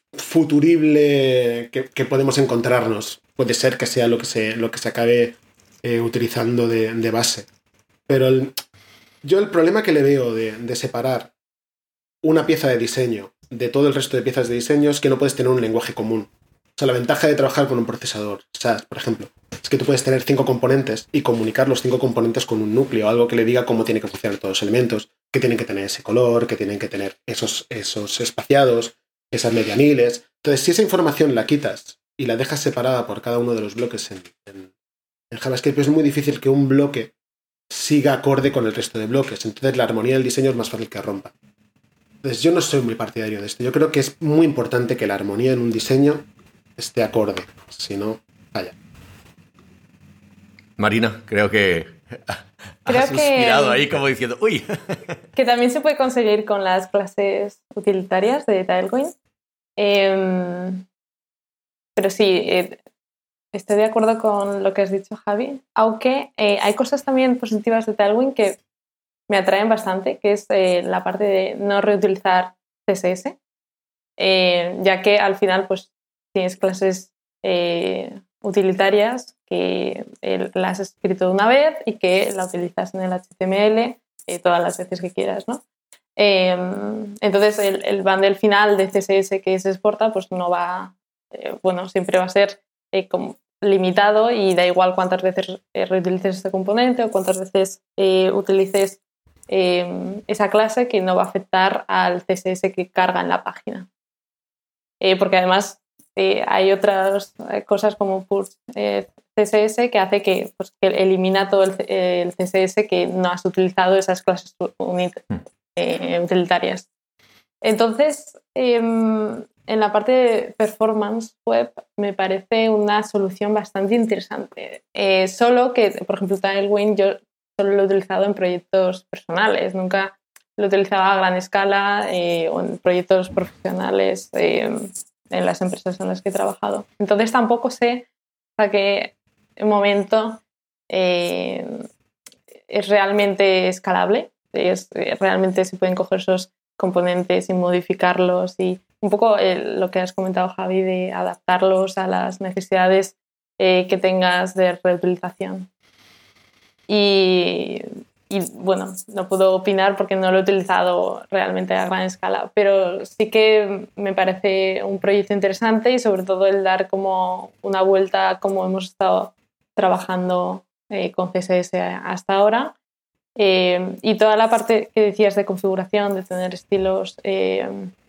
futurible que, que podemos encontrarnos. Puede ser que sea lo que se, lo que se acabe eh, utilizando de, de base. Pero el... Yo el problema que le veo de, de separar una pieza de diseño de todo el resto de piezas de diseño es que no puedes tener un lenguaje común. O sea, la ventaja de trabajar con un procesador S A S, por ejemplo, es que tú puedes tener cinco componentes y comunicar los cinco componentes con un núcleo, algo que le diga cómo tienen que funcionar todos los elementos, que tienen que tener ese color, que tienen que tener esos, esos espaciados, esas medianiles. Entonces, si esa información la quitas y la dejas separada por cada uno de los bloques en, en, en JavaScript, es muy difícil que un bloque siga acorde con el resto de bloques. Entonces la armonía del diseño es más fácil que rompa. Entonces yo no soy muy partidario de esto. Yo creo que es muy importante que la armonía en un diseño esté acorde, si no, falla. Marina, creo que creo has que, inspirado ahí como diciendo, uy. Que también se puede conseguir con las clases utilitarias de Tailwind. Eh, pero sí, eh, estoy de acuerdo con lo que has dicho, Javi, aunque eh, hay cosas también positivas de Tailwind que me atraen bastante, que es eh, la parte de no reutilizar C S S, eh, ya que al final pues tienes clases eh, utilitarias que eh, las has escrito una vez y que la utilizas en el H T M L eh, todas las veces que quieras, ¿no? Eh, entonces el, el bundle final de C S S que se exporta pues no va, eh, bueno, siempre va a ser eh, como limitado y da igual cuántas veces eh, reutilices este componente o cuántas veces eh, utilices eh, esa clase, que no va a afectar al C S S que carga en la página. Eh, porque además eh, hay otras cosas como push eh, C S S que hace que, pues, que elimina todo el, el C S S que no has utilizado esas clases unit, eh, utilitarias. Entonces, eh, en la parte de performance web me parece una solución bastante interesante. Eh, solo que, por ejemplo, Tailwind yo solo lo he utilizado en proyectos personales, nunca lo utilizaba a gran escala eh, o en proyectos profesionales eh, en las empresas en las que he trabajado. Entonces tampoco sé hasta qué momento eh, es realmente escalable, es, realmente se pueden coger esos componentes y modificarlos y un poco eh, lo que has comentado, Javi, de adaptarlos a las necesidades eh, que tengas de reutilización. Y, y bueno, no puedo opinar porque no lo he utilizado realmente a gran escala, pero sí que me parece un proyecto interesante y sobre todo el dar como una vuelta como hemos estado trabajando eh, con C S S hasta ahora. Eh, y toda la parte que decías de configuración, de tener estilos eh,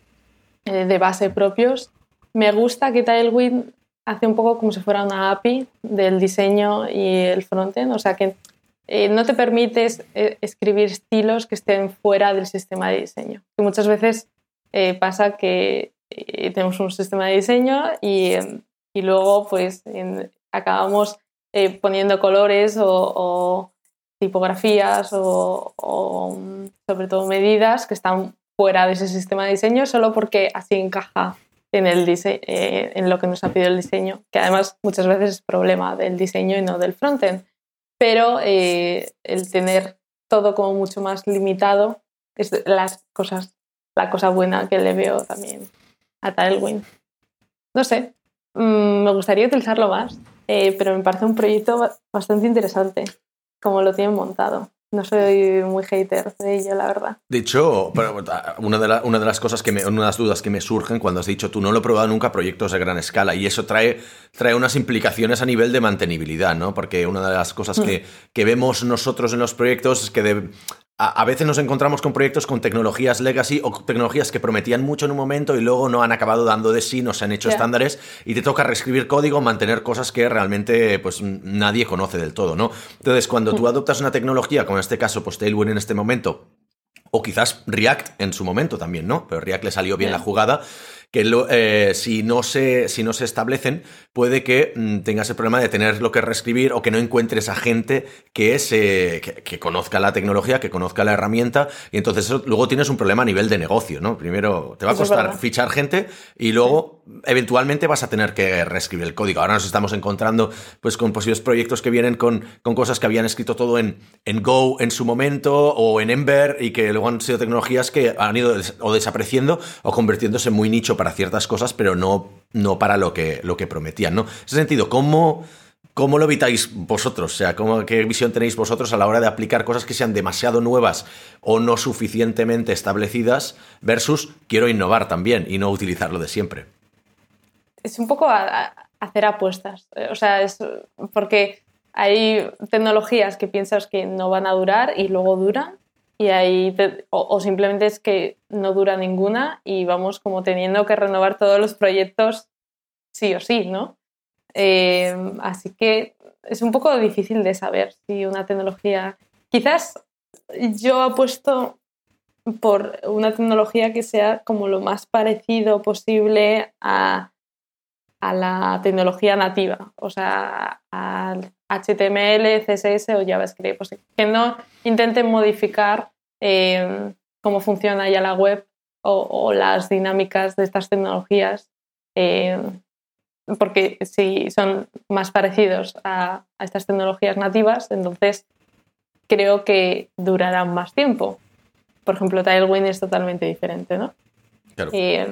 de base propios, me gusta que Tailwind hace un poco como si fuera una A P I del diseño y el frontend, o sea que eh, no te permites eh, escribir estilos que estén fuera del sistema de diseño. Que muchas veces eh, pasa que eh, tenemos un sistema de diseño y, y luego pues en, acabamos eh, poniendo colores o, o tipografías o, o sobre todo medidas que están fuera de ese sistema de diseño solo porque así encaja en, el dise- eh, en lo que nos ha pedido el diseño, que además muchas veces es problema del diseño y no del frontend. Pero eh, el tener todo como mucho más limitado es las cosas, la cosa buena que le veo también a Tailwind. No sé, mmm, me gustaría utilizarlo más, eh, pero me parece un proyecto bastante interesante como lo tienen montado. No soy muy hater de ello, la verdad. De hecho, una de, la, una de las cosas que me, una de las dudas que me surgen cuando has dicho tú no lo he probado nunca proyectos de gran escala, y eso trae, trae unas implicaciones a nivel de mantenibilidad, ¿no? Porque una de las cosas que, que vemos nosotros en los proyectos es que de, a, a veces nos encontramos con proyectos con tecnologías legacy o tecnologías que prometían mucho en un momento y luego no han acabado dando de sí, no se han hecho yeah. estándares y te toca reescribir código, mantener cosas que realmente pues nadie conoce del todo, ¿no? Entonces, cuando tú adoptas una tecnología, como en este caso, pues Tailwind en este momento, o quizás React en su momento también, ¿no? Pero React le salió bien yeah. la jugada, que lo, eh, si, no se, si no se establecen, puede que mm, tengas el problema de tener lo que reescribir o que no encuentres a gente que, se, que, que conozca la tecnología, que conozca la herramienta, y entonces eso, luego tienes un problema a nivel de negocio, ¿no? Primero te va a costar fichar gente y luego sí. eventualmente vas a tener que reescribir el código. Ahora nos estamos encontrando pues con posibles proyectos que vienen con, con cosas que habían escrito todo en, en Go en su momento o en Ember y que luego han sido tecnologías que han ido des- o desapareciendo o convirtiéndose en muy nicho para ciertas cosas, pero no, no para lo que, lo que prometían, ¿no? En ese sentido, ¿cómo, cómo lo evitáis vosotros? O sea, ¿cómo, ¿qué visión tenéis vosotros a la hora de aplicar cosas que sean demasiado nuevas o no suficientemente establecidas versus quiero innovar también y no utilizar lo de siempre? Es un poco a, a hacer apuestas. O sea, es porque hay tecnologías que piensas que no van a durar y luego duran. Y ahí te, o, o simplemente es que no dura ninguna y vamos como teniendo que renovar todos los proyectos sí o sí, ¿no? Eh, así que es un poco difícil de saber si una tecnología quizás yo apuesto por una tecnología que sea como lo más parecido posible a, a la tecnología nativa, o sea, al H T M L, C S S o JavaScript, o sea, que no intenten modificar eh, cómo funciona ya la web o, o las dinámicas de estas tecnologías, eh, porque si son más parecidos a, a estas tecnologías nativas, entonces creo que durarán más tiempo. Por ejemplo, Tailwind es totalmente diferente, ¿no? Claro. Eh,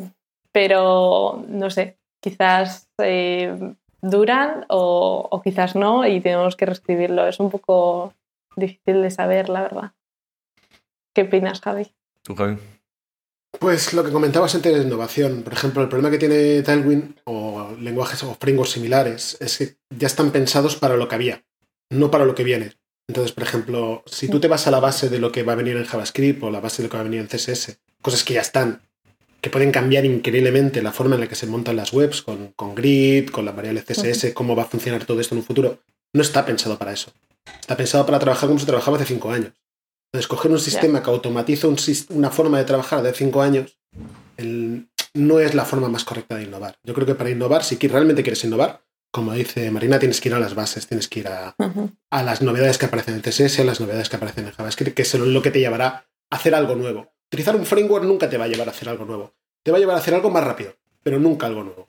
pero, no sé, quizás eh, duran o, o quizás no y tenemos que reescribirlo. Es un poco difícil de saber, la verdad. ¿Qué opinas, Javi? ¿Tú, Javi? Pues lo que comentabas antes de innovación. Por ejemplo, el problema que tiene Tailwind o lenguajes o frameworks similares es que ya están pensados para lo que había, no para lo que viene. Entonces, por ejemplo, si tú te vas a la base de lo que va a venir en JavaScript o la base de lo que va a venir en C S S, cosas que ya están, que pueden cambiar increíblemente la forma en la que se montan las webs con, con Grid, con las variables C S S, uh-huh. cómo va a funcionar todo esto en un futuro, no está pensado para eso. Está pensado para trabajar como se trabajaba hace cinco años. Entonces, coger un sistema yeah. que automatiza un, una forma de trabajar de cinco años el, no es la forma más correcta de innovar. Yo creo que para innovar, si realmente quieres innovar, como dice Marina, tienes que ir a las bases, tienes que ir a, uh-huh. a las novedades que aparecen en C S S, a las novedades que aparecen en JavaScript, que es lo que te llevará a hacer algo nuevo. Utilizar un framework nunca te va a llevar a hacer algo nuevo. Te va a llevar a hacer algo más rápido, pero nunca algo nuevo.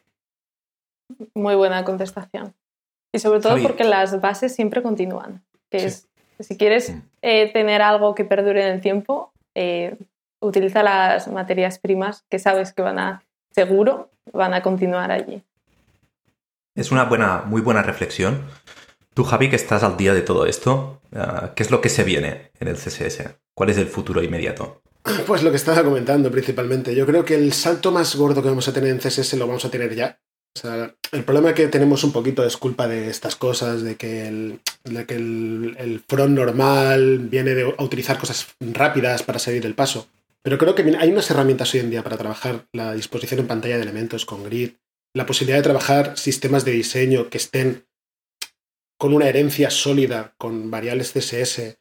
Muy buena contestación. Y sobre todo Javi. Porque las bases siempre continúan. Que sí. es, si quieres eh, tener algo que perdure en el tiempo, eh, utiliza las materias primas que sabes que van a, seguro, van a continuar allí. Es una buena, muy buena reflexión. Tú, Javi, que estás al día de todo esto, uh, ¿qué es lo que se viene en el C S S? ¿Cuál es el futuro inmediato? Pues lo que estaba comentando principalmente. Yo creo que el salto más gordo que vamos a tener en C S S lo vamos a tener ya. O sea, el problema que tenemos un poquito es culpa de estas cosas, de que el, de que el, el front normal viene de, a utilizar cosas rápidas para seguir el paso. Pero creo que hay unas herramientas hoy en día para trabajar la disposición en pantalla de elementos con Grid, la posibilidad de trabajar sistemas de diseño que estén con una herencia sólida, con variables C S S.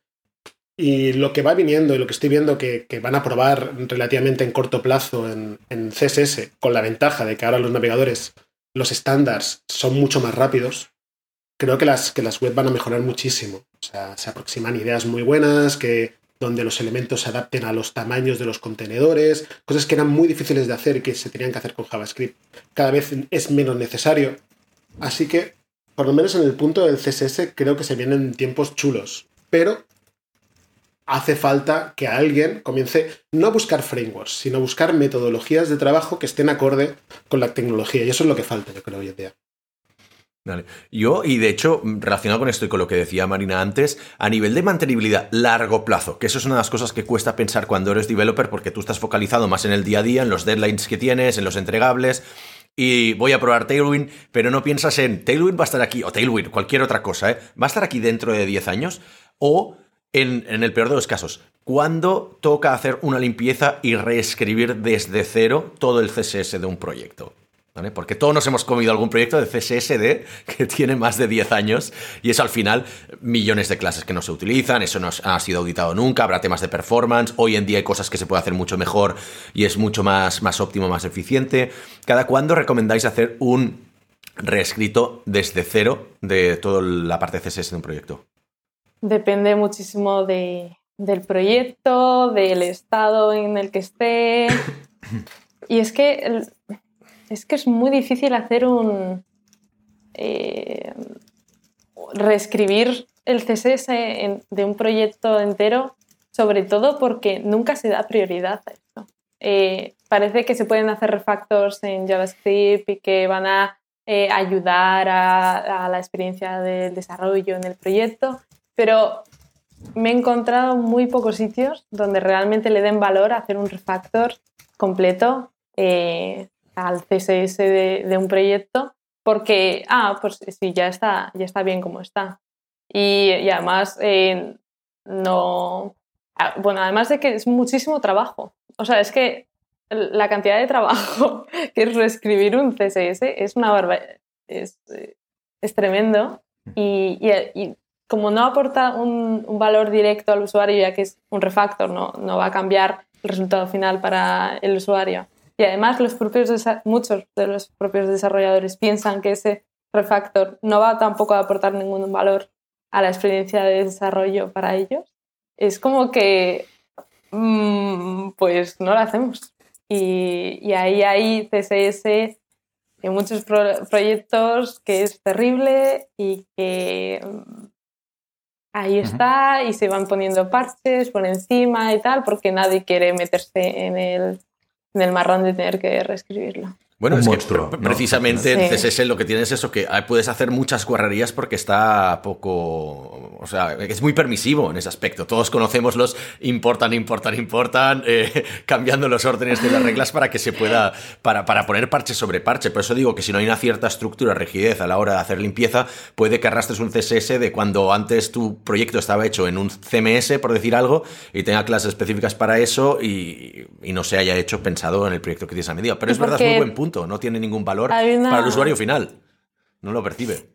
Y lo que va viniendo y lo que estoy viendo que, que van a probar relativamente en corto plazo en, en C S S, con la ventaja de que ahora los navegadores, los estándares son mucho más rápidos, creo que las, que las web van a mejorar muchísimo. O sea, se aproximan ideas muy buenas, que donde los elementos se adapten a los tamaños de los contenedores, cosas que eran muy difíciles de hacer y que se tenían que hacer con JavaScript. Cada vez es menos necesario. Así que, por lo menos en el punto del C S S, creo que se vienen tiempos chulos. Pero hace falta que alguien comience no a buscar frameworks, sino a buscar metodologías de trabajo que estén acorde con la tecnología. Y eso es lo que falta, yo creo, hoy en día. Vale. Yo, y de hecho, relacionado con esto y con lo que decía Marina antes, a nivel de mantenibilidad largo plazo, que eso es una de las cosas que cuesta pensar cuando eres developer, porque tú estás focalizado más en el día a día, en los deadlines que tienes, en los entregables, y voy a probar Tailwind, pero no piensas en Tailwind va a estar aquí, o Tailwind, cualquier otra cosa, ¿eh? ¿Va a estar aquí dentro de diez años? O, en, en el peor de los casos, ¿cuándo toca hacer una limpieza y reescribir desde cero todo el C S S de un proyecto? ¿Vale? Porque todos nos hemos comido algún proyecto de C S S D que tiene más de diez años y eso al final millones de clases que no se utilizan, eso no ha sido auditado nunca, habrá temas de performance, hoy en día hay cosas que se puede hacer mucho mejor y es mucho más, más óptimo, más eficiente. ¿Cada cuándo recomendáis hacer un reescrito desde cero de toda la parte de C S S de un proyecto? Depende muchísimo de, del proyecto, del estado en el que esté. Y es que... El... Es que es muy difícil hacer un... Eh, reescribir el C S S en, de un proyecto entero, sobre todo porque nunca se da prioridad a esto. Eh, parece que se pueden hacer refactors en JavaScript y que van a eh, ayudar a, a la experiencia del desarrollo en el proyecto, pero me he encontrado muy pocos sitios donde realmente le den valor a hacer un refactor completo eh, al C S S de, de un proyecto porque, ah, pues sí, ya está, ya está bien como está. Y, y además, eh, no... Bueno, además de que es muchísimo trabajo. O sea, es que la cantidad de trabajo que es reescribir un C S S es una barbaridad. Es, es tremendo. Y, y, y como no aporta un, un valor directo al usuario, ya que es un refactor, no, no va a cambiar el resultado final para el usuario. Y además los propios muchos de los propios desarrolladores piensan que ese refactor no va tampoco a aportar ningún valor a la experiencia de desarrollo para ellos. Es como que mmm, pues no lo hacemos. Y, y ahí hay C S S en muchos pro- proyectos que es terrible y que ahí está, uh-huh. y se van poniendo parches por encima y tal, porque nadie quiere meterse en el, en el marrón de tener que reescribirlo. Bueno, un es monstruo, que ¿no? precisamente sí. en C S S lo que tienes es eso, que puedes hacer muchas guarrerías porque está poco... O sea, es muy permisivo en ese aspecto. Todos conocemos los importan, importan, importan, eh, cambiando los órdenes de las reglas para que se pueda... Para, para poner parche sobre parche. Por eso digo que si no hay una cierta estructura, rigidez a la hora de hacer limpieza, puede que arrastres un C S S de cuando antes tu proyecto estaba hecho en un C M S, por decir algo, y tenga clases específicas para eso y, y no se haya hecho pensado en el proyecto que tienes a medida. Pero es verdad, es muy buen punto. No tiene ningún valor una... para el usuario final. No lo percibe.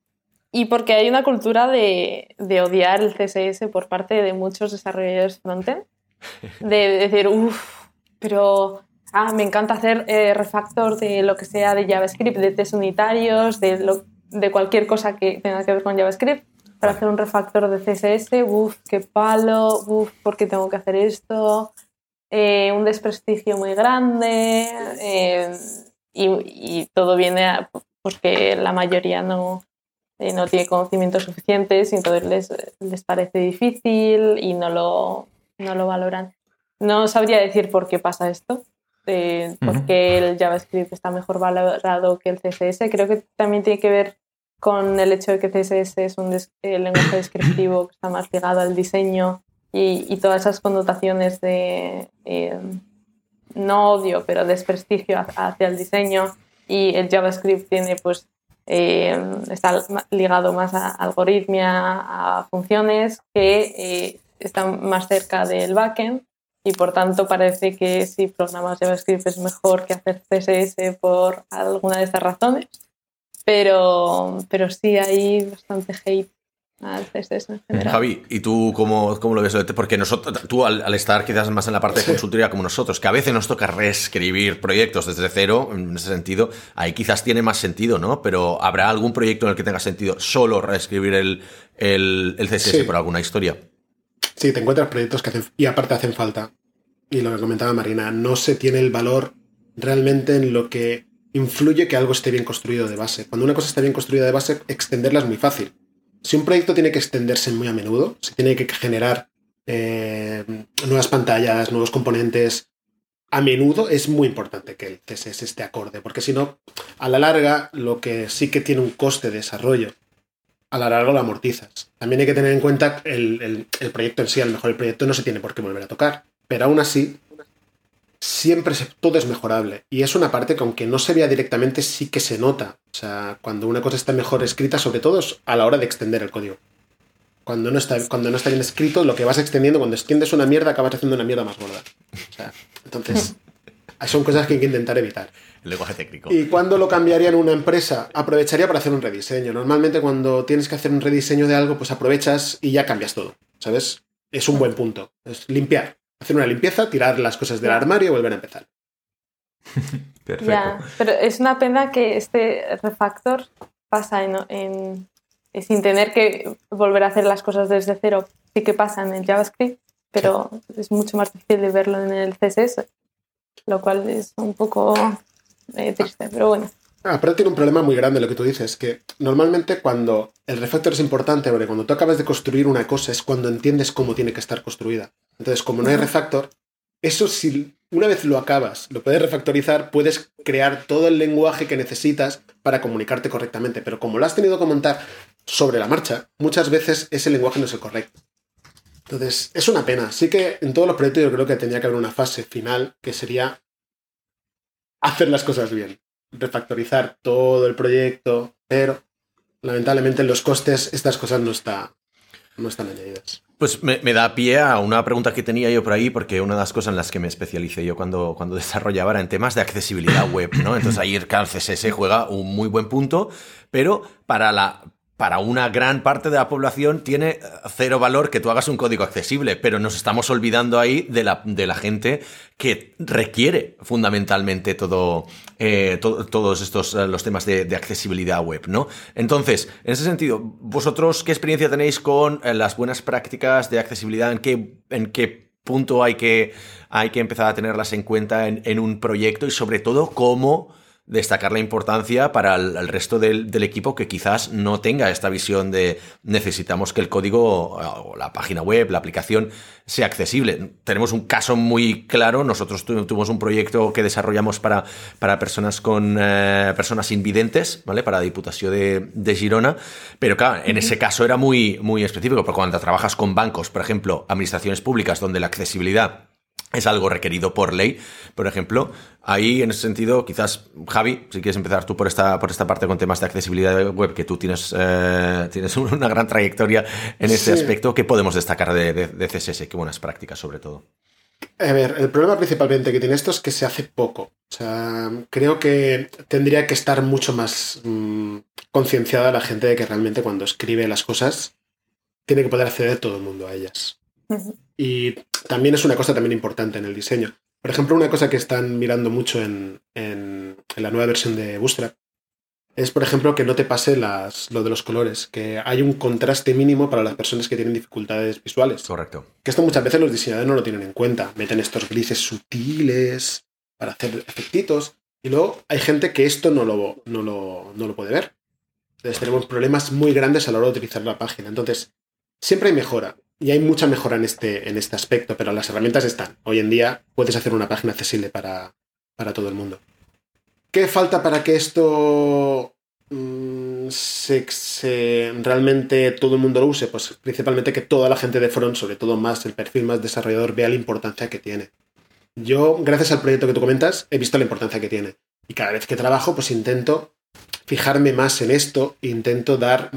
Y porque hay una cultura de, de odiar el C S S por parte de muchos desarrolladores frontend. De decir, uff, pero ah, me encanta hacer eh, refactor de lo que sea de JavaScript, de test unitarios, de, lo, de cualquier cosa que tenga que ver con JavaScript, para hacer un refactor de C S S. Uff, qué palo, uff, ¿por qué tengo que hacer esto? Eh, un desprestigio muy grande... Eh, Y, y todo viene a, porque la mayoría no, eh, no tiene conocimientos suficientes y entonces les, les parece difícil y no lo, no lo valoran. No sabría decir por qué pasa esto, eh, uh-huh. porque el JavaScript está mejor valorado que el C S S. Creo que también tiene que ver con el hecho de que C S S es un des- el lenguaje descriptivo que está más ligado al diseño y, y todas esas connotaciones de... Eh, no odio, pero desprestigio hacia el diseño, y el JavaScript tiene, pues, eh, está ligado más a algoritmia, a funciones que eh, están más cerca del backend, y por tanto parece que si programas JavaScript es mejor que hacer C S S por alguna de estas razones, pero, pero sí hay bastante hate al C S S en general. Javi, ¿y tú cómo, cómo lo ves? Porque nosotros, tú al, al estar quizás más en la parte de consultoría como nosotros, que a veces nos toca reescribir proyectos desde cero, en ese sentido, ahí quizás tiene más sentido, ¿no? Pero ¿habrá algún proyecto en el que tenga sentido solo reescribir el, el, el C S S sí. por alguna historia? Sí, te encuentras proyectos que hacen, y aparte hacen falta. Y lo que comentaba Marina, no se tiene el valor realmente en lo que influye que algo esté bien construido de base. Cuando una cosa está bien construida de base, extenderla es muy fácil. Si un proyecto tiene que extenderse muy a menudo, si tiene que generar eh, nuevas pantallas, nuevos componentes, a menudo es muy importante que el C S S esté acorde, porque si no, a la larga, lo que sí que tiene un coste de desarrollo, a la larga lo amortizas. También hay que tener en cuenta el, el, el proyecto en sí. A lo mejor el proyecto no se tiene por qué volver a tocar, pero aún así, siempre se, todo es mejorable. Y es una parte que, aunque no se vea directamente, sí que se nota. O sea, cuando una cosa está mejor escrita, sobre todo es a la hora de extender el código. Cuando no está, cuando no está bien escrito, lo que vas extendiendo, cuando extiendes una mierda, acabas haciendo una mierda más gorda. O sea, entonces, son cosas que hay que intentar evitar. El lenguaje técnico. ¿Y cuándo lo cambiaría en una empresa? Aprovecharía para hacer un rediseño. Normalmente, cuando tienes que hacer un rediseño de algo, pues aprovechas y ya cambias todo, ¿sabes? Es un buen punto. Es limpiar. Hacer una limpieza, tirar las cosas del armario y volver a empezar. Perfecto. Ya, pero es una pena que este refactor pasa en, en, sin tener que volver a hacer las cosas desde cero. Sí que pasa en el JavaScript, pero sí. Es mucho más difícil de verlo en el C S S, lo cual es un poco eh, triste, pero bueno. Ah, pero tiene un problema muy grande lo que tú dices, que normalmente cuando el refactor es importante, porque cuando tú acabas de construir una cosa es cuando entiendes cómo tiene que estar construida. Entonces, como no hay refactor, eso si una vez lo acabas, lo puedes refactorizar, puedes crear todo el lenguaje que necesitas para comunicarte correctamente. Pero como lo has tenido que montar sobre la marcha, muchas veces ese lenguaje no es el correcto. Entonces, es una pena. Sí que en todos los proyectos yo creo que tendría que haber una fase final que sería hacer las cosas bien. Refactorizar todo el proyecto, pero lamentablemente en los costes estas cosas no, está, no están añadidas. Pues me, me da pie a una pregunta que tenía yo por ahí, porque una de las cosas en las que me especialicé yo cuando, cuando desarrollaba era en temas de accesibilidad web, ¿no? Entonces ahí, claro, el C S S juega un muy buen punto, pero para la para una gran parte de la población tiene cero valor que tú hagas un código accesible, pero nos estamos olvidando ahí de la, de la gente que requiere fundamentalmente todo, eh, to, todos estos eh, los temas de, de accesibilidad web, ¿no? Entonces, en ese sentido, ¿vosotros qué experiencia tenéis con eh, las buenas prácticas de accesibilidad? ¿En qué, en qué punto hay que, hay que empezar a tenerlas en cuenta en, en un proyecto? Y sobre todo, ¿cómo destacar la importancia para el, el resto del, del equipo que quizás no tenga esta visión de necesitamos que el código o la página web, la aplicación sea accesible? Tenemos un caso muy claro. Nosotros tu, tuvimos un proyecto que desarrollamos para, para personas con eh, personas invidentes, ¿vale? Para la Diputación de, de Girona, pero claro, en ese caso era muy, muy específico, porque cuando trabajas con bancos, por ejemplo, administraciones públicas, donde la accesibilidad es algo requerido por ley, por ejemplo. Ahí, en ese sentido, quizás, Javi, si quieres empezar tú por esta, por esta parte con temas de accesibilidad web, que tú tienes, eh, tienes una gran trayectoria en este sí. aspecto, ¿qué podemos destacar de, de, de C S S? Qué buenas prácticas, sobre todo. A ver, el problema principalmente que tiene esto es que se hace poco. O sea, creo que tendría que estar mucho más mmm, concienciada la gente de que realmente cuando escribe las cosas tiene que poder acceder todo el mundo a ellas. Uh-huh. Y también es una cosa también importante en el diseño. Por ejemplo, una cosa que están mirando mucho en, en, en la nueva versión de Bootstrap es, por ejemplo, que no te pase las, lo de los colores, que hay un contraste mínimo para las personas que tienen dificultades visuales. Correcto. Que esto muchas veces los diseñadores no lo tienen en cuenta. Meten estos grises sutiles para hacer efectitos y luego hay gente que esto no lo, no lo, no lo puede ver. Entonces tenemos problemas muy grandes a la hora de utilizar la página. Entonces, siempre hay mejora. Y hay mucha mejora en este, en este aspecto, pero las herramientas están. Hoy en día puedes hacer una página accesible para, para todo el mundo. ¿Qué falta para que esto mmm, se, se, realmente todo el mundo lo use? Pues principalmente que toda la gente de front, sobre todo más el perfil más desarrollador, vea la importancia que tiene. Yo, gracias al proyecto que tú comentas, he visto la importancia que tiene. Y cada vez que trabajo, pues intento fijarme más en esto, intento dar...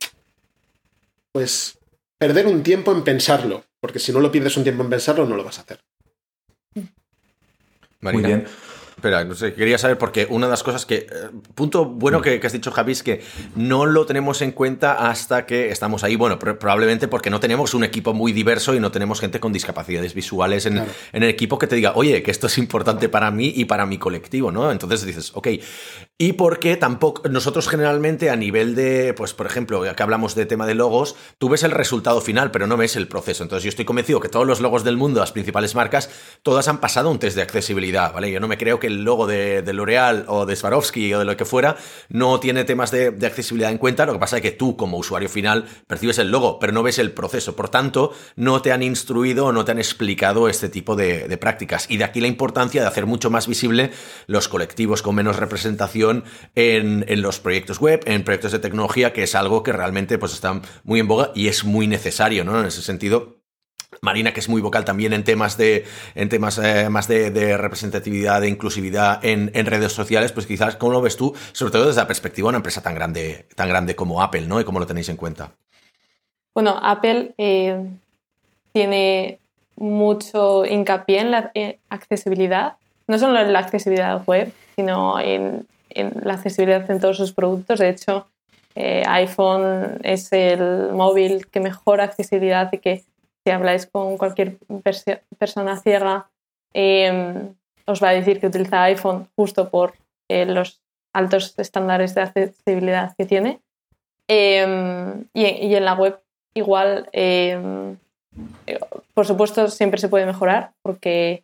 pues... perder un tiempo en pensarlo, porque si no lo pierdes un tiempo en pensarlo, no lo vas a hacer. Marina. Muy bien. Espera, no sé, quería saber porque una de las cosas que... Eh, punto bueno que, que has dicho, Javi, es que no lo tenemos en cuenta hasta que estamos ahí. Bueno, pr- probablemente porque no tenemos un equipo muy diverso y no tenemos gente con discapacidades visuales en, claro. en el equipo que te diga, oye, que esto es importante para mí y para mi colectivo, ¿no? Entonces dices, ok. Y porque tampoco... Nosotros generalmente a nivel de... Pues, por ejemplo, ya que hablamos de tema de logos, tú ves el resultado final, pero no ves el proceso. Entonces yo estoy convencido que todos los logos del mundo, las principales marcas, todas han pasado un test de accesibilidad, ¿vale? Yo no me creo que el logo de, de L'Oréal o de Swarovski o de lo que fuera no tiene temas de, de accesibilidad en cuenta. Lo que pasa es que tú, como usuario final, percibes el logo, pero no ves el proceso. Por tanto, no te han instruido o no te han explicado este tipo de, de prácticas. Y de aquí la importancia de hacer mucho más visible los colectivos con menos representación en, en los proyectos web, en proyectos de tecnología, que es algo que realmente pues, está muy en boga y es muy necesario, ¿no? En ese sentido... Marina, que es muy vocal también en temas de en temas eh, más de, de representatividad, de inclusividad en, en redes sociales, pues quizás, ¿cómo lo ves tú? Sobre todo desde la perspectiva de una empresa tan grande, tan grande como Apple, ¿no? Y cómo lo tenéis en cuenta. Bueno, Apple eh, tiene mucho hincapié en la eh, accesibilidad, no solo en la accesibilidad web, sino en, en la accesibilidad en todos sus productos. De hecho, eh, iPhone es el móvil que mejor accesibilidad y que si habláis con cualquier perso- persona ciega, eh, os va a decir que utiliza iPhone justo por eh, los altos estándares de accesibilidad que tiene. Eh, y, y en la web igual, eh, por supuesto, siempre se puede mejorar porque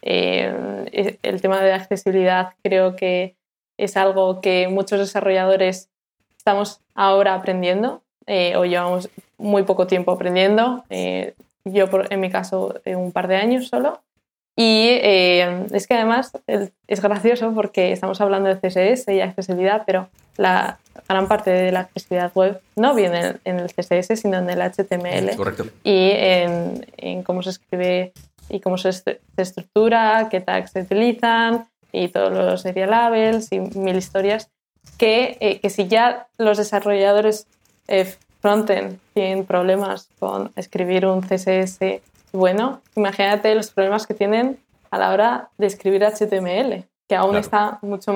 eh, el tema de accesibilidad creo que es algo que muchos desarrolladores estamos ahora aprendiendo eh, o llevamos muy poco tiempo aprendiendo. Eh, Yo, por, en mi caso, eh, un par de años solo. Y eh, es que además el, es gracioso porque estamos hablando de C S S y accesibilidad, pero la gran parte de la accesibilidad web no viene en, en el C S S, sino en el H T M L. Correcto. Y en, en cómo se escribe y cómo se, est- se estructura, qué tags se utilizan y todos los serial labels y mil historias que, eh, que si ya los desarrolladores eh, frontend tienen problemas con escribir un C S S bueno, imagínate los problemas que tienen a la hora de escribir H T M L, que aún claro. está mucho más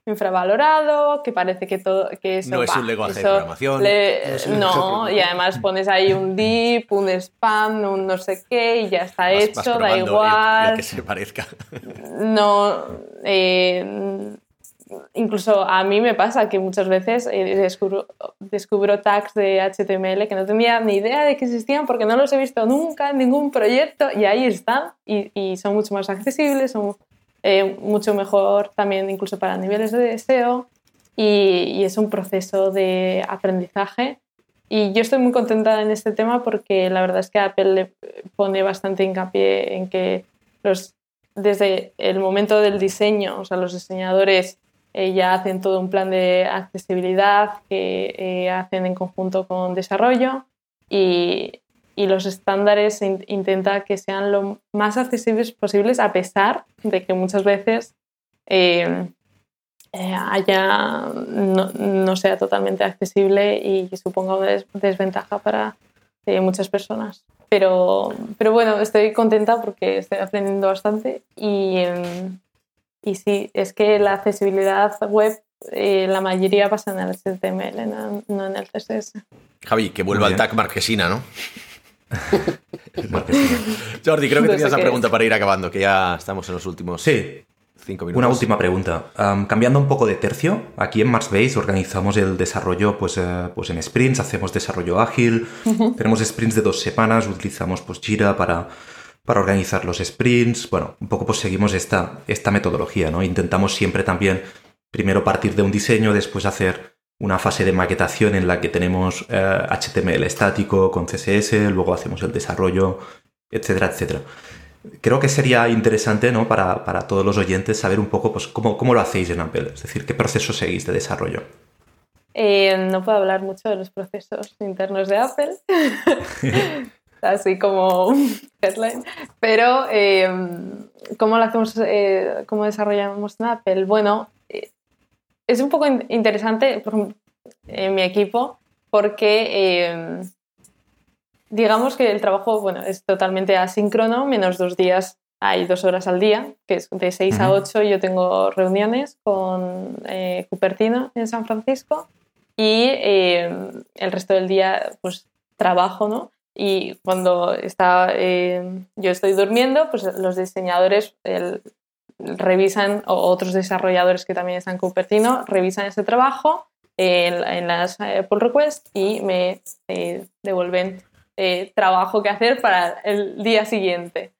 infravalorado, que parece que todo que eso no es va, un lenguaje de eso programación. le- Es un no, lenguaje. y además pones ahí un div, un span, un no sé qué y ya está Vas- hecho, vas da probando y- y a igual. que se parezca. No, eh, incluso a mí me pasa que muchas veces eh, descubro, descubro tags de H T M L que no tenía ni idea de que existían porque no los he visto nunca en ningún proyecto y ahí están y, y son mucho más accesibles, son eh, mucho mejor también incluso para niveles de S E O y, y es un proceso de aprendizaje y yo estoy muy contenta en este tema porque la verdad es que Apple le pone bastante hincapié en que los desde el momento del diseño, o sea, los diseñadores eh, ya hacen todo un plan de accesibilidad que eh, hacen en conjunto con desarrollo y, y los estándares in, intenta que sean lo más accesibles posibles a pesar de que muchas veces eh, eh, haya no, no sea totalmente accesible y que suponga una des, desventaja para eh, muchas personas. Pero, pero bueno, estoy contenta porque estoy aprendiendo bastante y, y sí, es que la accesibilidad web, eh, la mayoría pasa en el H T M L, no, no en el C S S. Javi, que vuelva Muy al bien. tag Marquesina, ¿no? Marquesina. Jordi, creo que No tenías sé una qué pregunta es. para ir acabando, que ya estamos en los últimos Sí, cinco minutos. una última pregunta. Um, cambiando un poco de tercio, aquí en Marsbase organizamos el desarrollo pues, eh, pues en sprints, hacemos desarrollo ágil, tenemos sprints de dos semanas, utilizamos pues, Jira para, para organizar los sprints. Bueno, un poco pues seguimos esta, esta metodología, ¿no? Intentamos siempre también primero partir de un diseño, después hacer una fase de maquetación en la que tenemos eh, H T M L estático con C S S, luego hacemos el desarrollo, etcétera, etcétera. Creo que sería interesante, ¿no? para, para todos los oyentes saber un poco pues, cómo, cómo lo hacéis en Apple, es decir, qué proceso seguís de desarrollo. Eh, no puedo hablar mucho de los procesos internos de Apple, así como headline, pero eh, ¿cómo lo hacemos, eh, cómo desarrollamos en Apple? Bueno, eh, es un poco in- interesante, por ejemplo, en mi equipo, porque eh, digamos que el trabajo, bueno, es totalmente asíncrono, menos dos días, hay dos horas al día, que es de seis a Ujú. ocho. Yo tengo reuniones con eh, Cupertino en San Francisco y eh, el resto del día pues trabajo, ¿no? Y cuando está, eh, yo estoy durmiendo, pues los diseñadores el, revisan, o otros desarrolladores que también están en Cupertino, revisan ese trabajo eh, en, en las eh, pull requests y me eh, devuelven eh, trabajo que hacer para el día siguiente.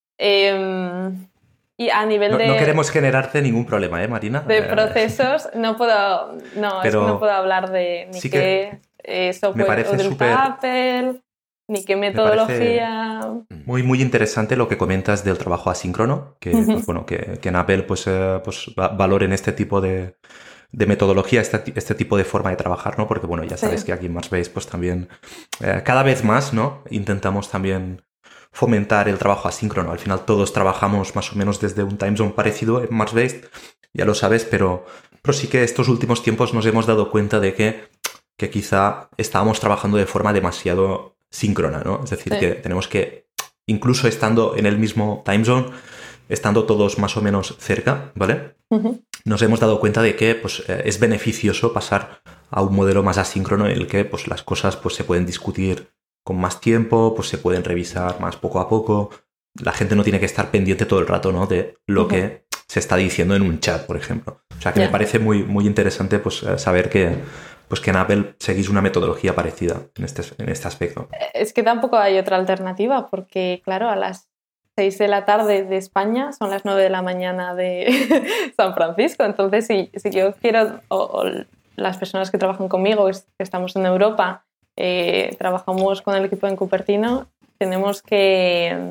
Eh, y a nivel No, de... no queremos generarte ningún problema, ¿eh, Marina? De Eh, procesos, no puedo, no, es que Pero no puedo hablar de ni sí qué que eh, software me parece utiliza súper- Apple, ni qué parece- metodología. Muy, muy interesante lo que comentas del trabajo asíncrono, que, Ujú. pues, bueno, que, que en Apple pues, eh, pues, va- valoren este tipo de, de metodología, este, ti- este tipo de forma de trabajar, ¿no? Porque, bueno, ya sabes Sí. que aquí en Marsbase pues también eh, cada vez más, ¿no? Intentamos también fomentar el trabajo asíncrono. Al final todos trabajamos más o menos desde un time zone parecido en Marsbase, ya lo sabes, pero, pero sí que estos últimos tiempos nos hemos dado cuenta de que, que quizá estábamos trabajando de forma demasiado síncrona, ¿no? Es decir, Sí. que tenemos que, incluso estando en el mismo time zone, estando todos más o menos cerca, ¿vale? Ujú. Nos hemos dado cuenta de que pues, eh, es beneficioso pasar a un modelo más asíncrono en el que pues, las cosas pues, se pueden discutir con más tiempo, pues se pueden revisar más poco a poco. La gente no tiene que estar pendiente todo el rato, ¿no? De lo Ujú. que se está diciendo en un chat, por ejemplo. O sea que Ya. me parece muy, muy interesante pues, eh, saber que, pues, que en Apple seguís una metodología parecida en este, en este aspecto. Es que tampoco hay otra alternativa, porque claro, a las seis de la tarde de España son las nueve de la mañana de San Francisco. Entonces, si, si yo quiero, o, o las personas que trabajan conmigo, que estamos en Europa, eh, trabajamos con el equipo en Cupertino, tenemos que,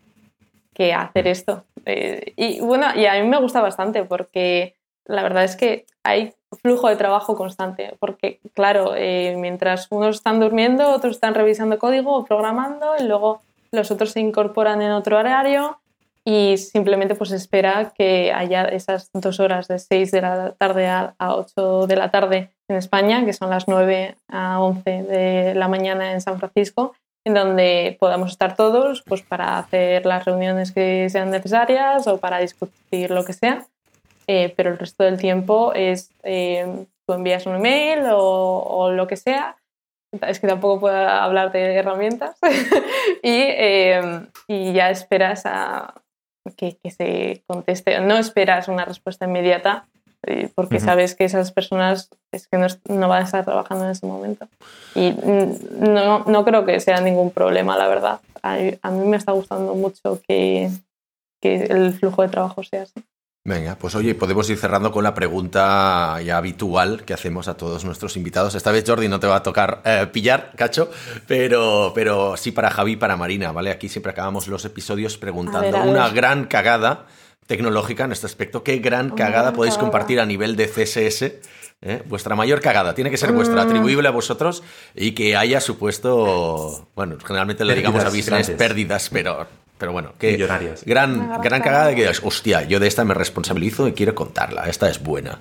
que hacer esto. Eh, y bueno, y a mí me gusta bastante porque la verdad es que hay flujo de trabajo constante, porque claro, eh, mientras unos están durmiendo, otros están revisando código o programando y luego los otros se incorporan en otro horario y simplemente pues espera que haya esas dos horas de seis de la tarde a ocho de la tarde en España, que son las nueve a once de la mañana en San Francisco, en donde podamos estar todos pues, para hacer las reuniones que sean necesarias o para discutir lo que sea. eh, pero el resto del tiempo es eh, tú envías un email o, o lo que sea. Es que tampoco puedo hablar de herramientas y, eh, y ya esperas a que, que se conteste. No esperas una respuesta inmediata eh, porque uh-huh. sabes que esas personas es que no, no van a estar trabajando en ese momento. Y no, no creo que sea ningún problema, la verdad. A, a mí me está gustando mucho que, que el flujo de trabajo sea así. Venga, pues oye, podemos ir cerrando con la pregunta ya habitual que hacemos a todos nuestros invitados. Esta vez, Jordi, no te va a tocar eh, pillar, cacho, pero, pero sí para Javi y para Marina, ¿vale? Aquí siempre acabamos los episodios preguntando a ver, a ver. una gran cagada tecnológica en este aspecto. ¿Qué gran una cagada gran podéis cagada. compartir a nivel de C S S? ¿Eh? Vuestra mayor cagada. Tiene que ser vuestra, atribuible a vosotros y que haya supuesto, bueno, generalmente le digamos a business pérdidas, pero... Pero bueno, que millonarias. Gran, gran, gran cagada de que digas, hostia, yo de esta me responsabilizo y quiero contarla. Esta es buena.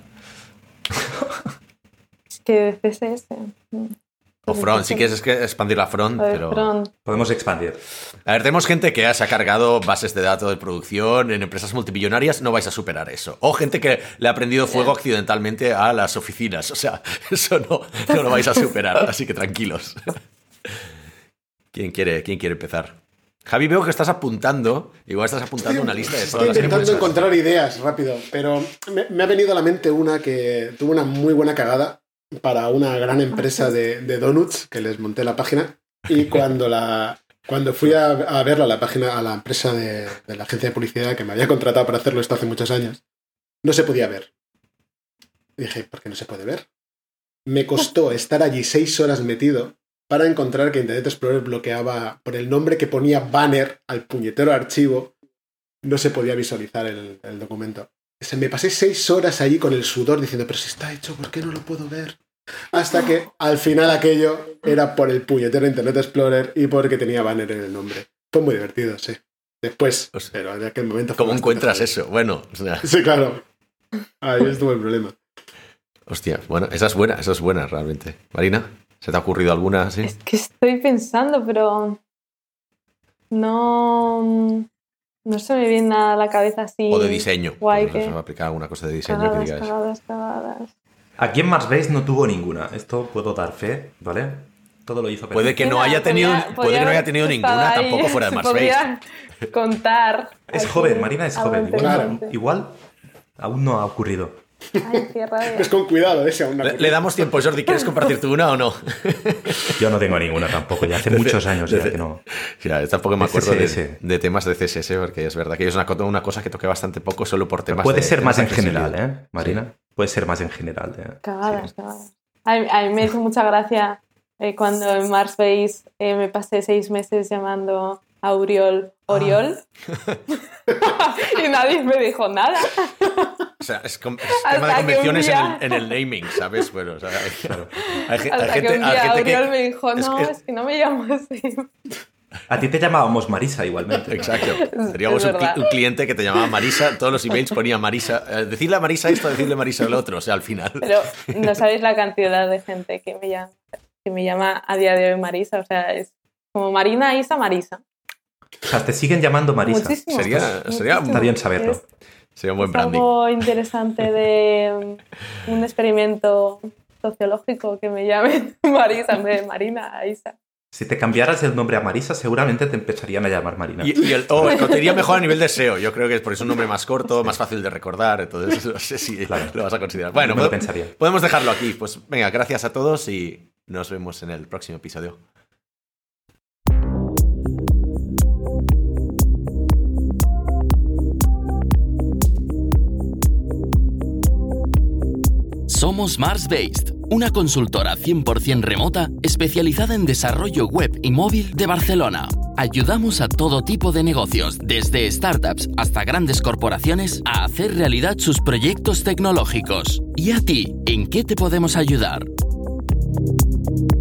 Es que C S S. O front, si quieres es que expandir la front, pero... Front. Podemos expandir. A ver, tenemos gente que se ha cargado bases de datos de producción en empresas multimillonarias, no vais a superar eso. O gente que le ha prendido fuego accidentalmente a las oficinas. O sea, eso no, no lo vais a superar, así que tranquilos. ¿Quién quiere, quién quiere empezar? Javi, veo que estás apuntando, igual estás apuntando una lista de todas Estoy las intentando encontrar ideas rápido, pero me, me ha venido a la mente una que tuvo una muy buena cagada para una gran empresa de, de donuts que les monté la página y cuando la cuando fui a, a verla, la página, a la empresa de, de la agencia de publicidad que me había contratado para hacerlo esto hace muchos años, no se podía ver. Y dije, ¿por qué no se puede ver? Me costó estar allí seis horas metido para encontrar que Internet Explorer bloqueaba por el nombre que ponía banner al puñetero archivo, no se podía visualizar el, el documento. Se me pasé seis horas allí con el sudor diciendo, pero si está hecho, ¿por qué no lo puedo ver? Hasta que al final aquello era por el puñetero Internet Explorer y porque tenía banner en el nombre. Fue muy divertido, sí. Después, pues, pero en aquel momento... ¿Cómo encuentras eso? Bueno, o sea... Sí, claro. Ahí estuvo el problema. Hostia, bueno, esa es buena, esa es buena realmente. Marina, ¿se te ha ocurrido alguna así? Es que estoy pensando, pero no, no se me viene nada a la cabeza así. O de diseño. Guay, pues, que... se va a aplicar alguna cosa de diseño cagadas, que digáis. Cagadas, cagadas. Aquí en Marsbase no tuvo ninguna. Esto puedo dar fe, ¿vale? Todo lo hizo perfecto. Puede que no haya tenido, podía, puede que no haya tenido ninguna ahí, tampoco fuera de Marsbase. Podría contar. Es joven, Marina es joven. Igual, claro. igual aún no ha ocurrido. Ay, qué rabia. Pues con cuidado, ese aún no le, le damos tiempo, Jordi. ¿Quieres compartir tú una o no? Yo no tengo ninguna tampoco. Ya hace de, muchos años de, ya que no. Ya, tampoco me acuerdo de, de temas de C S S, porque es verdad que es una, una cosa que toqué bastante poco solo por temas. Puede de, ser más en accesibilidad. general, ¿eh, Marina? Sí. Puede ser más en general. ¿eh? Cagadas, sí. cagadas. A, a mí me hizo mucha gracia eh, cuando en Marsbase eh, me pasé seis meses llamando a Uriol Oriol ah. y nadie me dijo nada. O sea, es, com- es tema de convenciones día... en, el, en el naming, ¿sabes? Bueno, o sea, hay, claro. hay, hay, Hasta hay que gente, un día hay gente Uriol que... me dijo, no, es, es que no me llamo así. A ti te llamábamos Marisa igualmente. Exacto. Teníamos un, cl- un cliente que te llamaba Marisa, todos los emails ponía Marisa, eh, decirle a Marisa esto, decirle a Marisa lo otro, o sea, al final. Pero no sabéis la cantidad de gente que me llama, que me llama a día de hoy Marisa, o sea, es como Marina, Isa, Marisa. O sea, te siguen llamando Marisa. Muchísimo. Sería, sería Está bien saberlo. Es, sería un buen es branding. Algo interesante de un experimento sociológico que me llamen Marisa en vez de Marina, Isa. Si te cambiaras el nombre a Marisa, seguramente te empezarían a llamar Marina. Y, y el, oh, lo te iría mejor a nivel de S E O. Yo creo que es por eso un nombre más corto, más fácil de recordar. Entonces, no sé si claro. lo vas a considerar. Bueno, me lo pensaría. Podemos dejarlo aquí. Pues venga, gracias a todos y nos vemos en el próximo episodio. Somos Marsbase, una consultora cien por ciento remota especializada en desarrollo web y móvil de Barcelona. Ayudamos a todo tipo de negocios, desde startups hasta grandes corporaciones, a hacer realidad sus proyectos tecnológicos. ¿Y a ti, en qué te podemos ayudar?